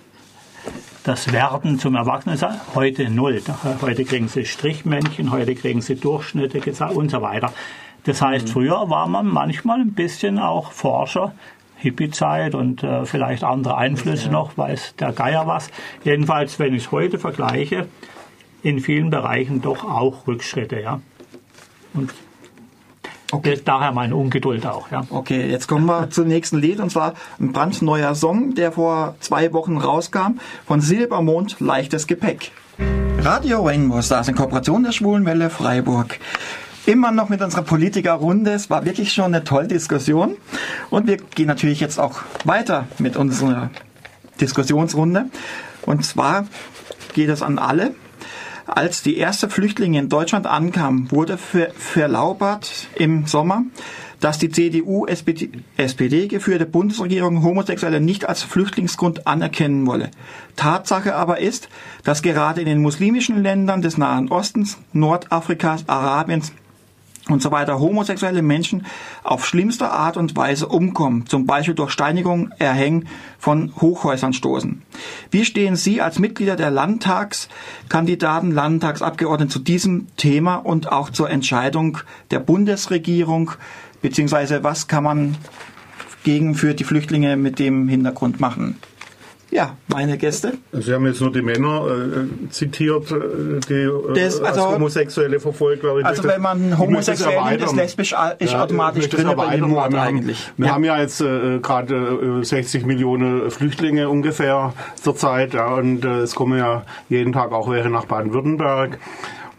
das Werden zum Erwachsenensein. Heute null. Heute kriegen sie Strichmännchen, heute kriegen sie Durchschnitte und so weiter. Das heißt, früher war man manchmal ein bisschen auch Forscher, Hippie-Zeit und äh, vielleicht andere Einflüsse ja. noch, weiß der Geier was. Jedenfalls, wenn ich es heute vergleiche, in vielen Bereichen doch auch Rückschritte. Ja. Und okay. daher meine Ungeduld auch. Ja. Okay, jetzt kommen wir zum nächsten Lied, und zwar ein brandneuer Song, der vor zwei Wochen rauskam, von Silbermond, Leichtes Gepäck. Radio Rainbow Stars in Kooperation der Schwulenwelle Freiburg. Immer noch mit unserer Politikerrunde. Es war wirklich schon eine tolle Diskussion. Und wir gehen natürlich jetzt auch weiter mit unserer Diskussionsrunde. Und zwar geht es an alle. Als die erste Flüchtlinge in Deutschland ankam, wurde ver- verlautbart im Sommer, dass die C D U-S P D geführte Bundesregierung Homosexuelle nicht als Flüchtlingsgrund anerkennen wolle. Tatsache aber ist, dass gerade in den muslimischen Ländern des Nahen Ostens, Nordafrikas, Arabiens und so weiter homosexuelle Menschen auf schlimmste Art und Weise umkommen, zum Beispiel durch Steinigung, Erhängen von Hochhäusern stoßen. Wie stehen Sie als Mitglieder der Landtagskandidaten, Landtagsabgeordneten zu diesem Thema und auch zur Entscheidung der Bundesregierung, beziehungsweise was kann man gegen für die Flüchtlinge mit dem Hintergrund machen? Ja, meine Gäste. Sie haben jetzt nur die Männer äh, zitiert, die das, also, als Homosexuelle verfolgt werden. Also wenn man homosexuell ist, lesbisch ist ja, automatisch drin bei dem Wort eigentlich. Wir ja. haben ja jetzt äh, gerade äh, sechzig Millionen Flüchtlinge ungefähr zurzeit, ja, und äh, es kommen ja jeden Tag auch welche nach Baden-Württemberg.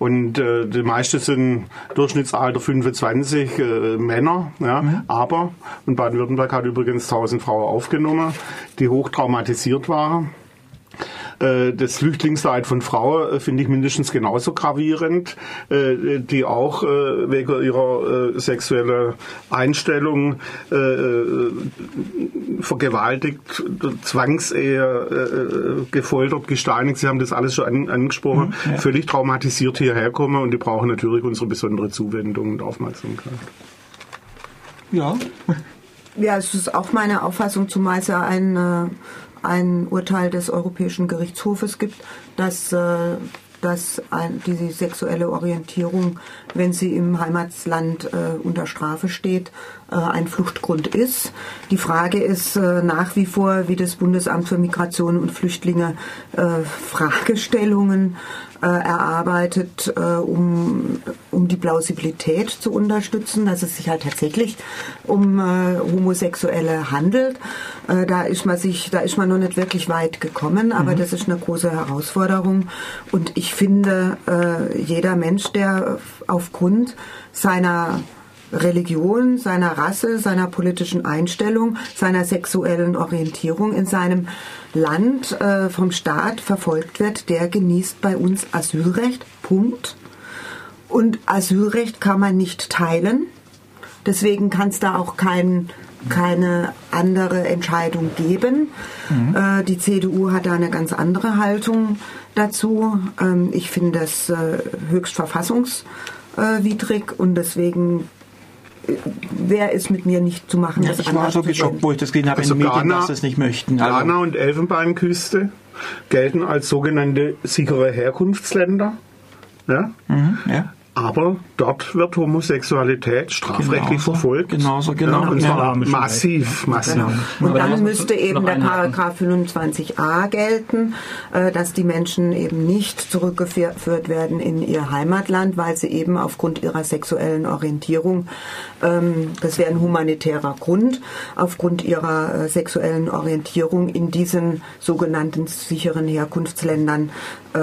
Und äh, die meisten sind Durchschnittsalter fünfundzwanzig äh, Männer. Ja. Mhm. Aber, und Baden-Württemberg hat übrigens tausend Frauen aufgenommen, die hochtraumatisiert waren. Das Flüchtlingsleid von Frauen finde ich mindestens genauso gravierend, die auch wegen ihrer sexuellen Einstellung vergewaltigt, Zwangsehe, gefoltert, gesteinigt, Sie haben das alles schon angesprochen, ja. Völlig traumatisiert hierher kommen und die brauchen natürlich unsere besondere Zuwendung und Aufmerksamkeit. Ja. Ja, es ist auch meine Auffassung, zumal es ja ein ein Urteil des Europäischen Gerichtshofes gibt, dass, äh, dass ein, die sexuelle Orientierung, wenn sie im Heimatland äh, unter Strafe steht, äh, ein Fluchtgrund ist. Die Frage ist äh, nach wie vor, wie das Bundesamt für Migration und Flüchtlinge äh, Fragestellungen äh, erarbeitet, äh, um, um die Plausibilität zu unterstützen, dass es sich halt tatsächlich um äh, Homosexuelle handelt. Äh, da ist man sich, da ist man noch nicht wirklich weit gekommen, aber mhm. das ist eine große Herausforderung. Und ich finde, äh, jeder Mensch, der aufgrund seiner Religion, seiner Rasse, seiner politischen Einstellung, seiner sexuellen Orientierung in seinem Land äh, vom Staat verfolgt wird, der genießt bei uns Asylrecht. Punkt. Und Asylrecht kann man nicht teilen. Deswegen kann es da auch kein, keine andere Entscheidung geben. Mhm. Äh, die C D U hat da eine ganz andere Haltung dazu. Ähm, ich finde das äh, höchst verfassungswidrig und deswegen wäre es mit mir nicht zu machen. Ja, ich war so geschockt, wo ich das gesehen habe, also in den Medien, Ghana, dass sie es nicht möchten. Also Ghana und Elfenbeinküste gelten als sogenannte sichere Herkunftsländer. Ja? Mhm, ja. Aber dort wird Homosexualität strafrechtlich genauso, verfolgt. Genauso, genau. Ja, und zwar ja. massiv, massiv. Genau. Und dann müsste eben der Paragraph fünfundzwanzig a gelten, dass die Menschen eben nicht zurückgeführt werden in ihr Heimatland, weil sie eben aufgrund ihrer sexuellen Orientierung, das wäre ein humanitärer Grund, aufgrund ihrer sexuellen Orientierung in diesen sogenannten sicheren Herkunftsländern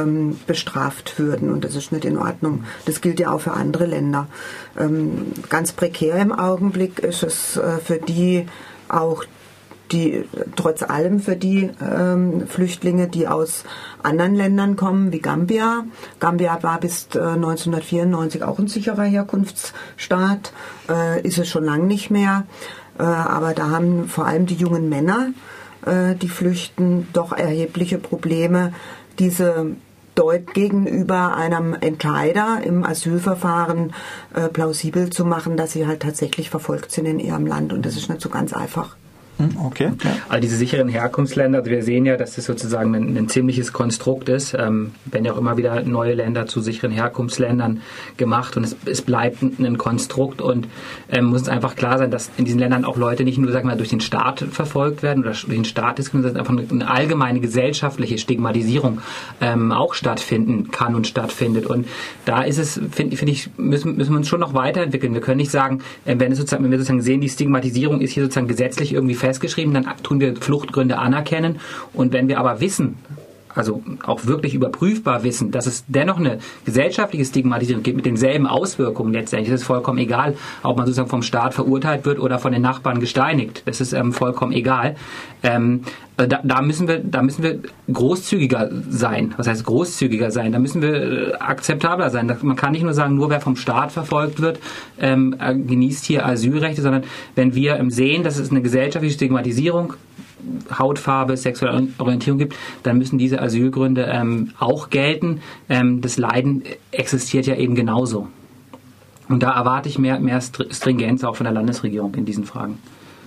bestraft würden. Und das ist nicht in Ordnung. Das gilt ja auch für andere Länder. Ähm, ganz prekär im Augenblick ist es äh, für die auch die, trotz allem für die ähm, Flüchtlinge, die aus anderen Ländern kommen, wie Gambia. Gambia war bis äh, neunzehnhundertvierundneunzig auch ein sicherer Herkunftsstaat, äh, ist es schon lange nicht mehr. Äh, aber da haben vor allem die jungen Männer, äh, die flüchten, doch erhebliche Probleme, diese Deut gegenüber einem Entscheider im Asylverfahren äh, plausibel zu machen, dass sie halt tatsächlich verfolgt sind in ihrem Land. Und das ist nicht so ganz einfach. Okay. Ja. Also diese sicheren Herkunftsländer, also wir sehen ja, dass das sozusagen ein, ein ziemliches Konstrukt ist. Ähm, werden ja auch immer wieder neue Länder zu sicheren Herkunftsländern gemacht und es, es bleibt ein, ein Konstrukt und ähm, muss uns einfach klar sein, dass in diesen Ländern auch Leute nicht nur, sagen wir mal, durch den Staat verfolgt werden oder durch den Staat diskriminiert, sondern einfach eine, eine allgemeine gesellschaftliche Stigmatisierung ähm, auch stattfinden kann und stattfindet. Und da ist es, finde find ich, müssen, müssen wir uns schon noch weiterentwickeln. Wir können nicht sagen, äh, wenn, es sozusagen, wenn wir sozusagen sehen, die Stigmatisierung ist hier sozusagen gesetzlich irgendwie fest festgeschrieben, dann tun wir Fluchtgründe anerkennen. Und wenn wir aber wissen, also auch wirklich überprüfbar wissen, dass es dennoch eine gesellschaftliche Stigmatisierung gibt mit denselben Auswirkungen letztendlich, ist es vollkommen egal, ob man sozusagen vom Staat verurteilt wird oder von den Nachbarn gesteinigt. Das ist ähm, vollkommen egal. Ähm, da, da müssen wir, da müssen wir großzügiger sein. Was heißt großzügiger sein? Da müssen wir äh, akzeptabler sein. Man kann nicht nur sagen, nur wer vom Staat verfolgt wird, ähm, genießt hier Asylrechte, sondern wenn wir ähm, sehen, dass es eine gesellschaftliche Stigmatisierung, Hautfarbe, sexuelle Orientierung gibt, dann müssen diese Asylgründe ähm, auch gelten. Ähm, das Leiden existiert ja eben genauso. Und da erwarte ich mehr, mehr Stringenz auch von der Landesregierung in diesen Fragen.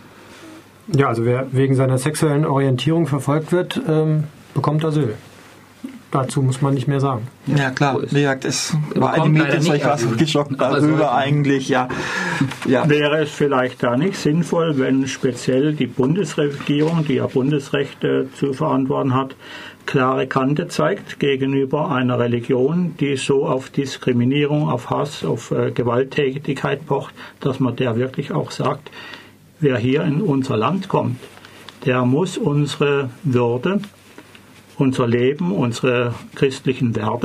Ja, also wer wegen seiner sexuellen Orientierung verfolgt wird, ähm, bekommt Asyl. Dazu muss man nicht mehr sagen. Ja klar, wie gesagt, es war eine Medien, ich war so geschockt darüber eigentlich, ja. ja. Wäre es vielleicht da nicht sinnvoll, wenn speziell die Bundesregierung, die ja Bundesrechte zu verantworten hat, klare Kante zeigt gegenüber einer Religion, die so auf Diskriminierung, auf Hass, auf äh, Gewalttätigkeit pocht, dass man der wirklich auch sagt, wer hier in unser Land kommt, der muss unsere Würde, unser Leben, unsere christlichen Werte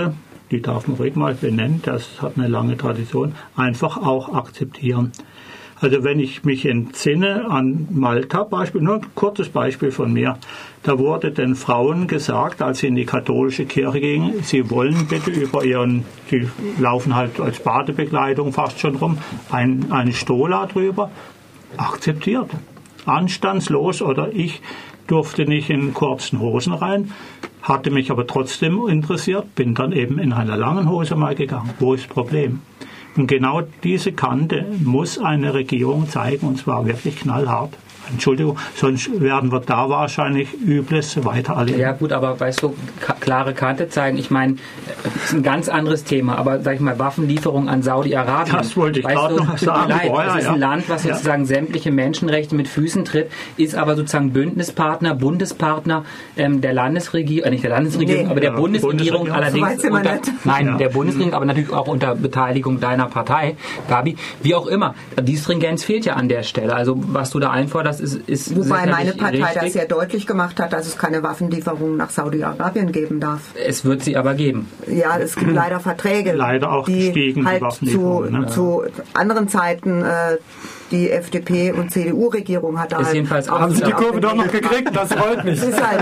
die darf man ruhig mal benennen, das hat eine lange Tradition, einfach auch akzeptieren. Also wenn ich mich entsinne an Malta, Beispiel, nur ein kurzes Beispiel von mir, da wurde den Frauen gesagt, als sie in die katholische Kirche gingen, sie wollen bitte über ihren, die laufen halt als Badebekleidung fast schon rum, ein, eine Stola drüber, akzeptiert. Anstandslos, oder ich durfte nicht in kurzen Hosen rein, hatte mich aber trotzdem interessiert, bin dann eben in einer langen Hose mal gegangen. Wo ist das Problem? Und genau diese Kante muss eine Regierung zeigen, und zwar wirklich knallhart. Entschuldigung, sonst werden wir da wahrscheinlich Übles weiter erleben. Ja gut, aber weißt du, klare Kante zeigen, ich meine, das ist ein ganz anderes Thema, aber sag ich mal, Waffenlieferung an Saudi-Arabien. Das wollte ich gerade noch sagen. Leid, vorher, das ist ein ja. Land, was sozusagen ja. sämtliche Menschenrechte mit Füßen tritt, ist aber sozusagen Bündnispartner, Bundespartner ähm, der Landesregierung, äh, nicht der Landesregierung, nee. aber der ja, Bundesregierung, Bundesregierung allerdings so unter, nein, ja. der Bundesregierung, aber natürlich auch unter Beteiligung deiner Partei, Gabi, wie auch immer. Die Stringenz fehlt ja an der Stelle. Also was du da einforderst, ist, ist Wobei meine Partei richtig. das ja deutlich gemacht hat, dass es keine Waffenlieferungen nach Saudi-Arabien geben darf. Es wird sie aber geben. Ja, es gibt leider Verträge, leider auch die gestiegen, halt die zu, ne? zu anderen Zeiten äh, die F D P- und C D U-Regierung hat da ist halt jedenfalls haben sie die Kurve doch noch gekriegt, das freut mich. Das ist halt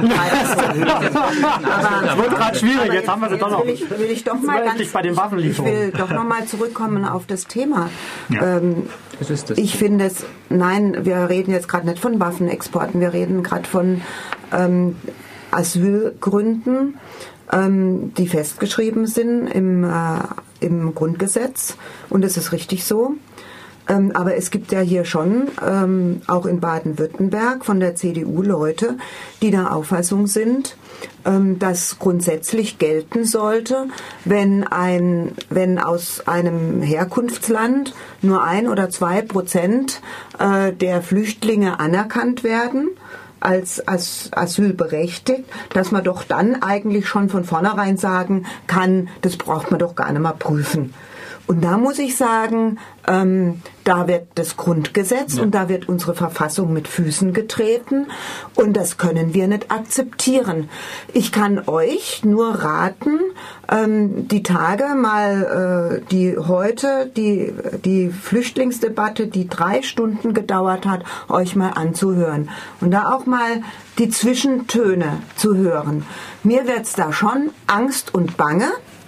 Es wird gerade schwierig, jetzt haben wir sie doch noch. Will ich, will ich doch mal ganz, bei den Waffenlieferungen. Ich will doch noch mal zurückkommen auf das Thema. Ja. Ähm, das ist das. Ich finde es, nein, wir reden jetzt gerade nicht von Waffenexporten, wir reden gerade von ähm, Asylgründen, ähm, die festgeschrieben sind im, äh, im Grundgesetz, und das ist richtig so. Ähm, aber es gibt ja hier schon, ähm, auch in Baden-Württemberg von der C D U Leute, die der Auffassung sind, ähm, dass grundsätzlich gelten sollte, wenn ein, wenn aus einem Herkunftsland nur ein oder zwei Prozent äh, der Flüchtlinge anerkannt werden, als, als asylberechtigt, dass man doch dann eigentlich schon von vornherein sagen kann, das braucht man doch gar nicht mehr prüfen. Und da muss ich sagen, ähm, da wird das Grundgesetz ja. und da wird unsere Verfassung mit Füßen getreten, und das können wir nicht akzeptieren. Ich kann euch nur raten, ähm, die Tage mal, äh, die heute, die, die Flüchtlingsdebatte, die drei Stunden gedauert hat, euch mal anzuhören und da auch mal die Zwischentöne zu hören. Mir wird's da schon Angst und Bange,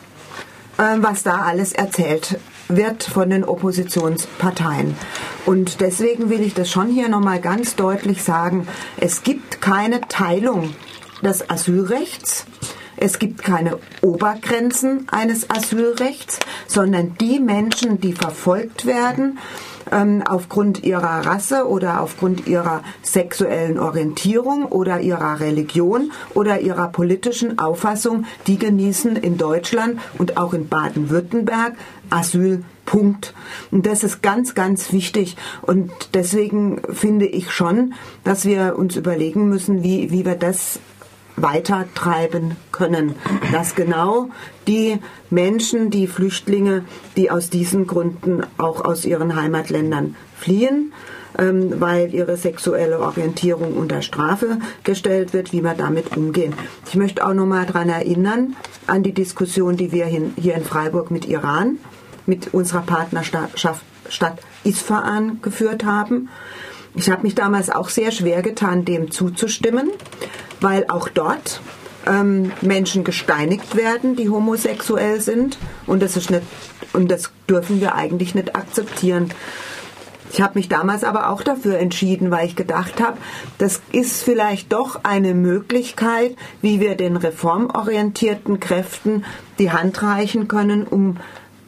was da alles erzählt wird von den Oppositionsparteien. Und deswegen will ich das schon hier nochmal ganz deutlich sagen. Es gibt keine Teilung des Asylrechts. Es gibt keine Obergrenzen eines Asylrechts, sondern die Menschen, die verfolgt werden, aufgrund ihrer Rasse oder aufgrund ihrer sexuellen Orientierung oder ihrer Religion oder ihrer politischen Auffassung, die genießen in Deutschland und auch in Baden-Württemberg Asyl. Punkt. Und das ist ganz, ganz wichtig. Und deswegen finde ich schon, dass wir uns überlegen müssen, wie, wie wir das weiter treiben können. Dass genau die Menschen, die Flüchtlinge, die aus diesen Gründen auch aus ihren Heimatländern fliehen, ähm, weil ihre sexuelle Orientierung unter Strafe gestellt wird, wie wir damit umgehen. Ich möchte auch noch mal daran erinnern, an die Diskussion, die wir hier in Freiburg mit Iran, mit unserer Partnerschaft Stadt Isfahan geführt haben. Ich habe mich damals auch sehr schwer getan, dem zuzustimmen, weil auch dort ähm, Menschen gesteinigt werden, die homosexuell sind, und das ist nicht, und das dürfen wir eigentlich nicht akzeptieren. Ich habe mich damals aber auch dafür entschieden, weil ich gedacht habe, das ist vielleicht doch eine Möglichkeit, wie wir den reformorientierten Kräften die Hand reichen können, um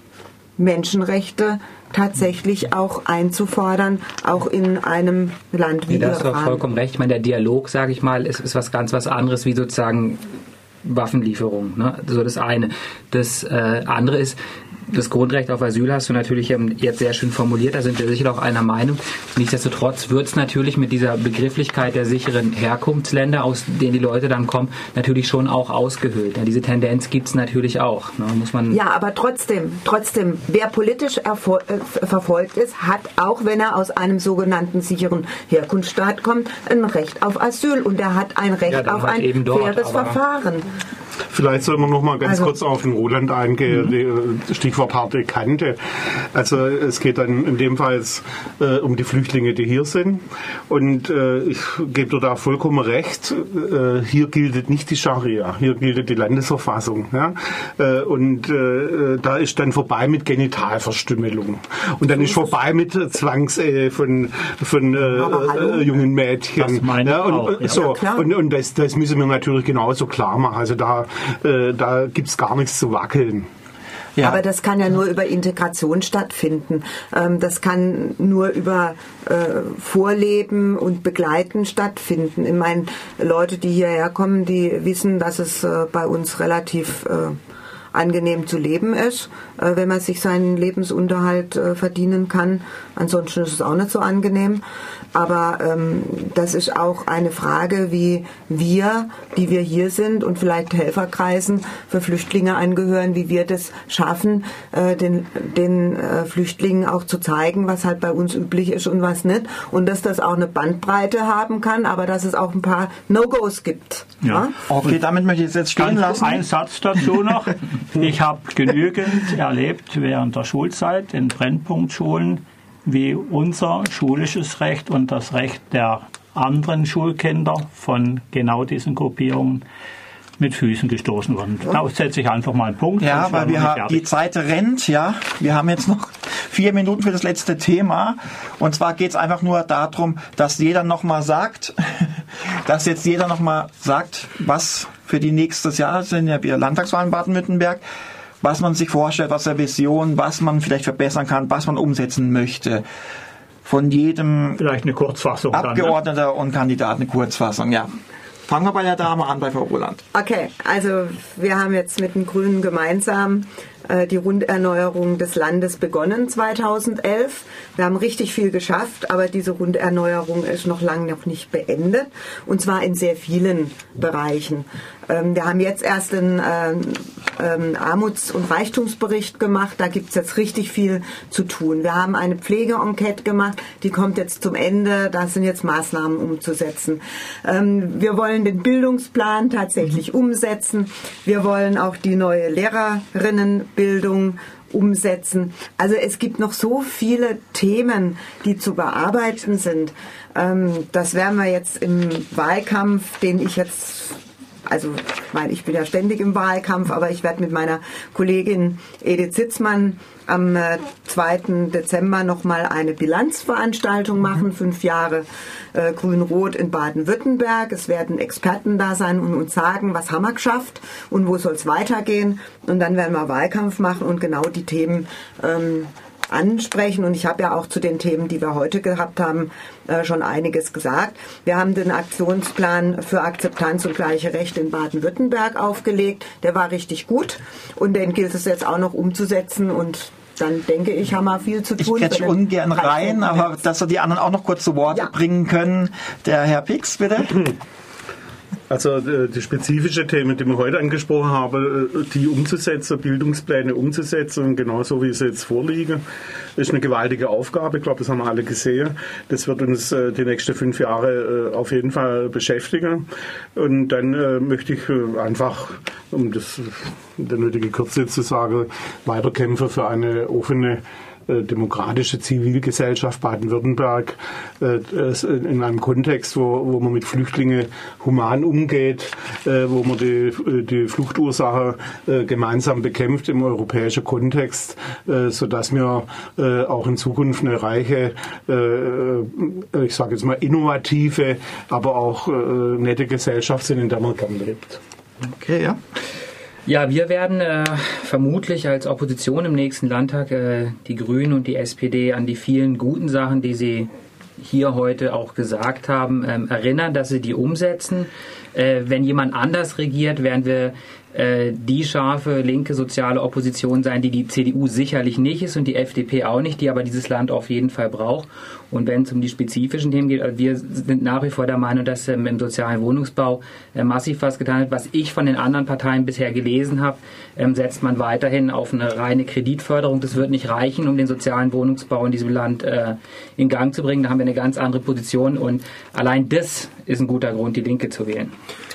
Menschenrechte tatsächlich auch einzufordern, auch in einem Land wie Iran. Ja, das war vollkommen recht. Ich meine, der Dialog, sage ich mal, ist, ist was ganz was anderes wie sozusagen Waffenlieferung. Ne? So das eine. Das äh, andere ist, das Grundrecht auf Asyl hast du natürlich jetzt sehr schön formuliert, da sind wir sicher auch einer Meinung. Nichtsdestotrotz wird es natürlich mit dieser Begrifflichkeit der sicheren Herkunftsländer, aus denen die Leute dann kommen, natürlich schon auch ausgehöhlt. Ja, diese Tendenz gibt es natürlich auch. Ne, muss man ja, aber trotzdem, trotzdem, wer politisch erfol- äh, verfolgt ist, hat, auch wenn er aus einem sogenannten sicheren Herkunftsstaat kommt, ein Recht auf Asyl, und er hat ein Recht ja, auf halt ein dort, faires Verfahren. Vielleicht soll man noch mal ganz also, kurz auf den Roland eingehen, mhm. Stichwort harte Kante. Also es geht dann in dem Fall jetzt, äh, um die Flüchtlinge, die hier sind. Und äh, ich gebe dir da vollkommen recht, äh, hier gilt nicht die Scharia, hier gilt die Landesverfassung. Ja? Äh, und äh, da ist dann vorbei mit Genitalverstümmelung. Und dann ist vorbei mit Zwangsehe von, von äh, äh, jungen Mädchen. Das meine ja? Und, ich auch, ja. So, Ja, und, und das, das müssen wir natürlich genauso klar machen. Also da, äh, da gibt es gar nichts zu wackeln. Ja. Aber das kann ja nur über Integration stattfinden. Ähm, das kann nur über äh, Vorleben und Begleiten stattfinden. Ich meine, Leute, die hierher kommen, die wissen, dass es äh, bei uns relativ äh, angenehm zu leben ist, äh, wenn man sich seinen Lebensunterhalt äh, verdienen kann. Ansonsten ist es auch nicht so angenehm. Aber ähm, das ist auch eine Frage, wie wir, die wir hier sind und vielleicht Helferkreisen für Flüchtlinge angehören, wie wir das schaffen, äh, den, den äh, Flüchtlingen auch zu zeigen, was halt bei uns üblich ist und was nicht. Und dass das auch eine Bandbreite haben kann, aber dass es auch ein paar No-Gos gibt. Ja. Ja? Okay, damit möchte ich es jetzt stehen Ganz lassen. ein Satz dazu noch. Ich habe genügend erlebt während der Schulzeit in Brennpunktschulen, wie unser schulisches Recht und das Recht der anderen Schulkinder von genau diesen Gruppierungen mit Füßen gestoßen wurden. Da setze ich einfach mal einen Punkt. Ja, weil wir haben, die Zeit rennt, ja. Wir haben jetzt noch vier Minuten für das letzte Thema. Und zwar geht es einfach nur darum, dass jeder nochmal sagt, dass jetzt jeder nochmal sagt, was für die nächstes Jahr sind ja wieder Landtagswahlen in Baden-Württemberg, was man sich vorstellt, was der Vision, was man vielleicht verbessern kann, was man umsetzen möchte. Von jedem Vielleicht eine Kurzfassung Abgeordneter dann, ne? und Kandidat eine Kurzfassung, ja. Fangen wir bei der Dame an, bei Frau Roland. Okay, also wir haben jetzt mit den Grünen gemeinsam äh, die Runderneuerung des Landes begonnen zweitausendelf. Wir haben richtig viel geschafft, aber diese Runderneuerung ist noch lange noch nicht beendet, und zwar in sehr vielen Bereichen. Ähm, wir haben jetzt erst einen äh, ähm, Armuts- und Reichtumsbericht gemacht, da gibt es jetzt richtig viel zu tun. Wir haben eine Pflege-Enquete gemacht, die kommt jetzt zum Ende, da sind jetzt Maßnahmen umzusetzen. Ähm, wir wollen den Bildungsplan tatsächlich umsetzen. Wir wollen auch die neue Lehrerinnenbildung umsetzen. Also es gibt noch so viele Themen, die zu bearbeiten sind. Ähm, das werden wir jetzt im Wahlkampf, den ich jetzt, also ich meine, ich bin ja ständig im Wahlkampf, aber ich werde mit meiner Kollegin Edith Sitzmann am äh, zweiten Dezember nochmal eine Bilanzveranstaltung machen, fünf Jahre äh, Grün-Rot in Baden-Württemberg. Es werden Experten da sein und uns sagen, was haben wir geschafft und wo soll es weitergehen. Und dann werden wir Wahlkampf machen und genau die Themen ähm, ansprechen. Und ich habe ja auch zu den Themen, die wir heute gehabt haben, äh, schon einiges gesagt. Wir haben den Aktionsplan für Akzeptanz und gleiche Rechte in Baden-Württemberg aufgelegt. Der war richtig gut und den gilt es jetzt auch noch umzusetzen, und dann denke ich, haben wir viel zu tun. Ich quetsche ungern rein, aber dass wir die anderen auch noch kurz zu Wort ja. bringen können. Der Herr Pix, bitte. Also die spezifische Themen, die wir heute angesprochen haben, die umzusetzen, Bildungspläne umzusetzen, genauso wie sie jetzt vorliegen, ist eine gewaltige Aufgabe. Ich glaube, das haben wir alle gesehen. Das wird uns die nächsten fünf Jahre auf jeden Fall beschäftigen. Und dann möchte ich einfach, um das in der nötigen Kürze zu sagen, weiterkämpfen für eine offene, demokratische Zivilgesellschaft Baden-Württemberg in einem Kontext, wo, wo man mit Flüchtlingen human umgeht, wo man die, die Fluchtursache gemeinsam bekämpft im europäischen Kontext, sodass wir auch in Zukunft eine reiche, ich sage jetzt mal innovative, aber auch nette Gesellschaft sind, in der man gern lebt. Okay, ja. Ja, wir werden äh, vermutlich als Opposition im nächsten Landtag äh, die Grünen und die S P D an die vielen guten Sachen, die sie hier heute auch gesagt haben, ähm, erinnern, dass sie die umsetzen. Äh, wenn jemand anders regiert, werden wir äh, die scharfe linke soziale Opposition sein, die die C D U sicherlich nicht ist und die F D P auch nicht, die aber dieses Land auf jeden Fall braucht. Und wenn es um die spezifischen Themen geht, wir sind nach wie vor der Meinung, dass ähm, im sozialen Wohnungsbau äh, massiv was getan wird. Was ich von den anderen Parteien bisher gelesen habe, ähm, setzt man weiterhin auf eine reine Kreditförderung. Das wird nicht reichen, um den sozialen Wohnungsbau in diesem Land äh, in Gang zu bringen. Da haben wir eine ganz andere Position und allein das ist ein guter Grund, die Linke zu wählen.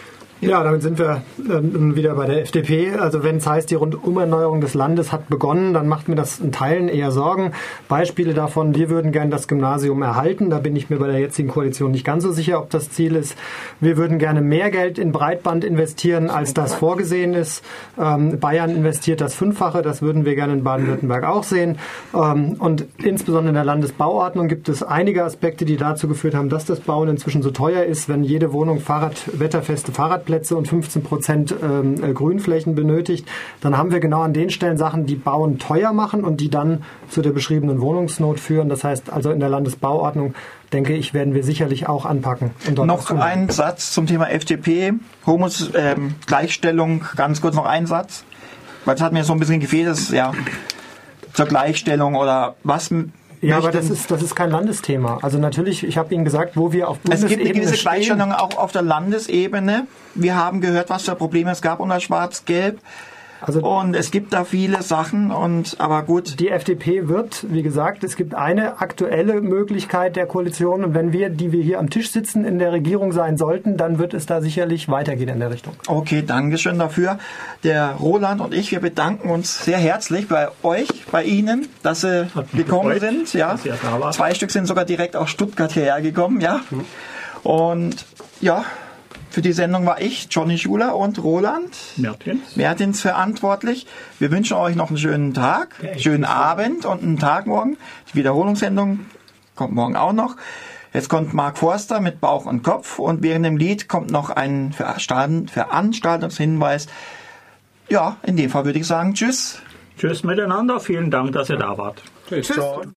Ja, damit sind wir äh, wieder bei der F D P. Also wenn es heißt, die Rundumerneuerung des Landes hat begonnen, dann macht mir das in Teilen eher Sorgen. Beispiele davon, wir würden gerne das Gymnasium erhalten. Da bin ich mir bei der jetzigen Koalition nicht ganz so sicher, ob das Ziel ist. Wir würden gerne mehr Geld in Breitband investieren, als das vorgesehen ist. Ähm, Bayern investiert das Fünffache. Das würden wir gerne in Baden-Württemberg auch sehen. Ähm, und insbesondere in der Landesbauordnung gibt es einige Aspekte, die dazu geführt haben, dass das Bauen inzwischen so teuer ist, wenn jede Wohnung Fahrrad, wetterfeste Fahrradplätze und fünfzehn Prozent ähm, Grünflächen benötigt, dann haben wir genau an den Stellen Sachen, die Bauen teuer machen und die dann zu der beschriebenen Wohnungsnot führen. Das heißt also in der Landesbauordnung, denke ich, werden wir sicherlich auch anpacken. Und noch ein Satz zum Thema F D P, Homos, ähm, Gleichstellung, ganz kurz noch ein Satz, weil es hat mir so ein bisschen gefehlt, das, ja, zur Gleichstellung oder was... Ja, aber das ist, das ist kein Landesthema. Also natürlich, ich habe Ihnen gesagt, wo wir auf Bundesebene Es gibt eine gewisse stehen. Gleichstellung auch auf der Landesebene. Wir haben gehört, was für Probleme es gab unter Schwarz-Gelb. Also und es gibt da viele Sachen, und aber gut. Die F D P wird, wie gesagt, es gibt eine aktuelle Möglichkeit der Koalition, und wenn wir, die wir hier am Tisch sitzen, in der Regierung sein sollten, dann wird es da sicherlich weitergehen in der Richtung. Okay, Dankeschön dafür. Der Roland und ich, wir bedanken uns sehr herzlich bei euch, bei Ihnen, dass Sie gekommen gefreut, sind. Ja, dass ihr da wart. Zwei Stück sind sogar direkt aus Stuttgart hierher gekommen. Ja, und ja. Für die Sendung war ich, Johnny Schuler, und Roland Mertens. Mertens verantwortlich. Wir wünschen euch noch einen schönen Tag, schönen Abend und einen Tag morgen. Die Wiederholungssendung kommt morgen auch noch. Jetzt kommt Mark Forster mit Bauch und Kopf, und während dem Lied kommt noch ein Veranstaltungshinweis. Ja, in dem Fall würde ich sagen, tschüss. Tschüss miteinander. Vielen Dank, dass ihr da wart. Tschüss. Tschüss.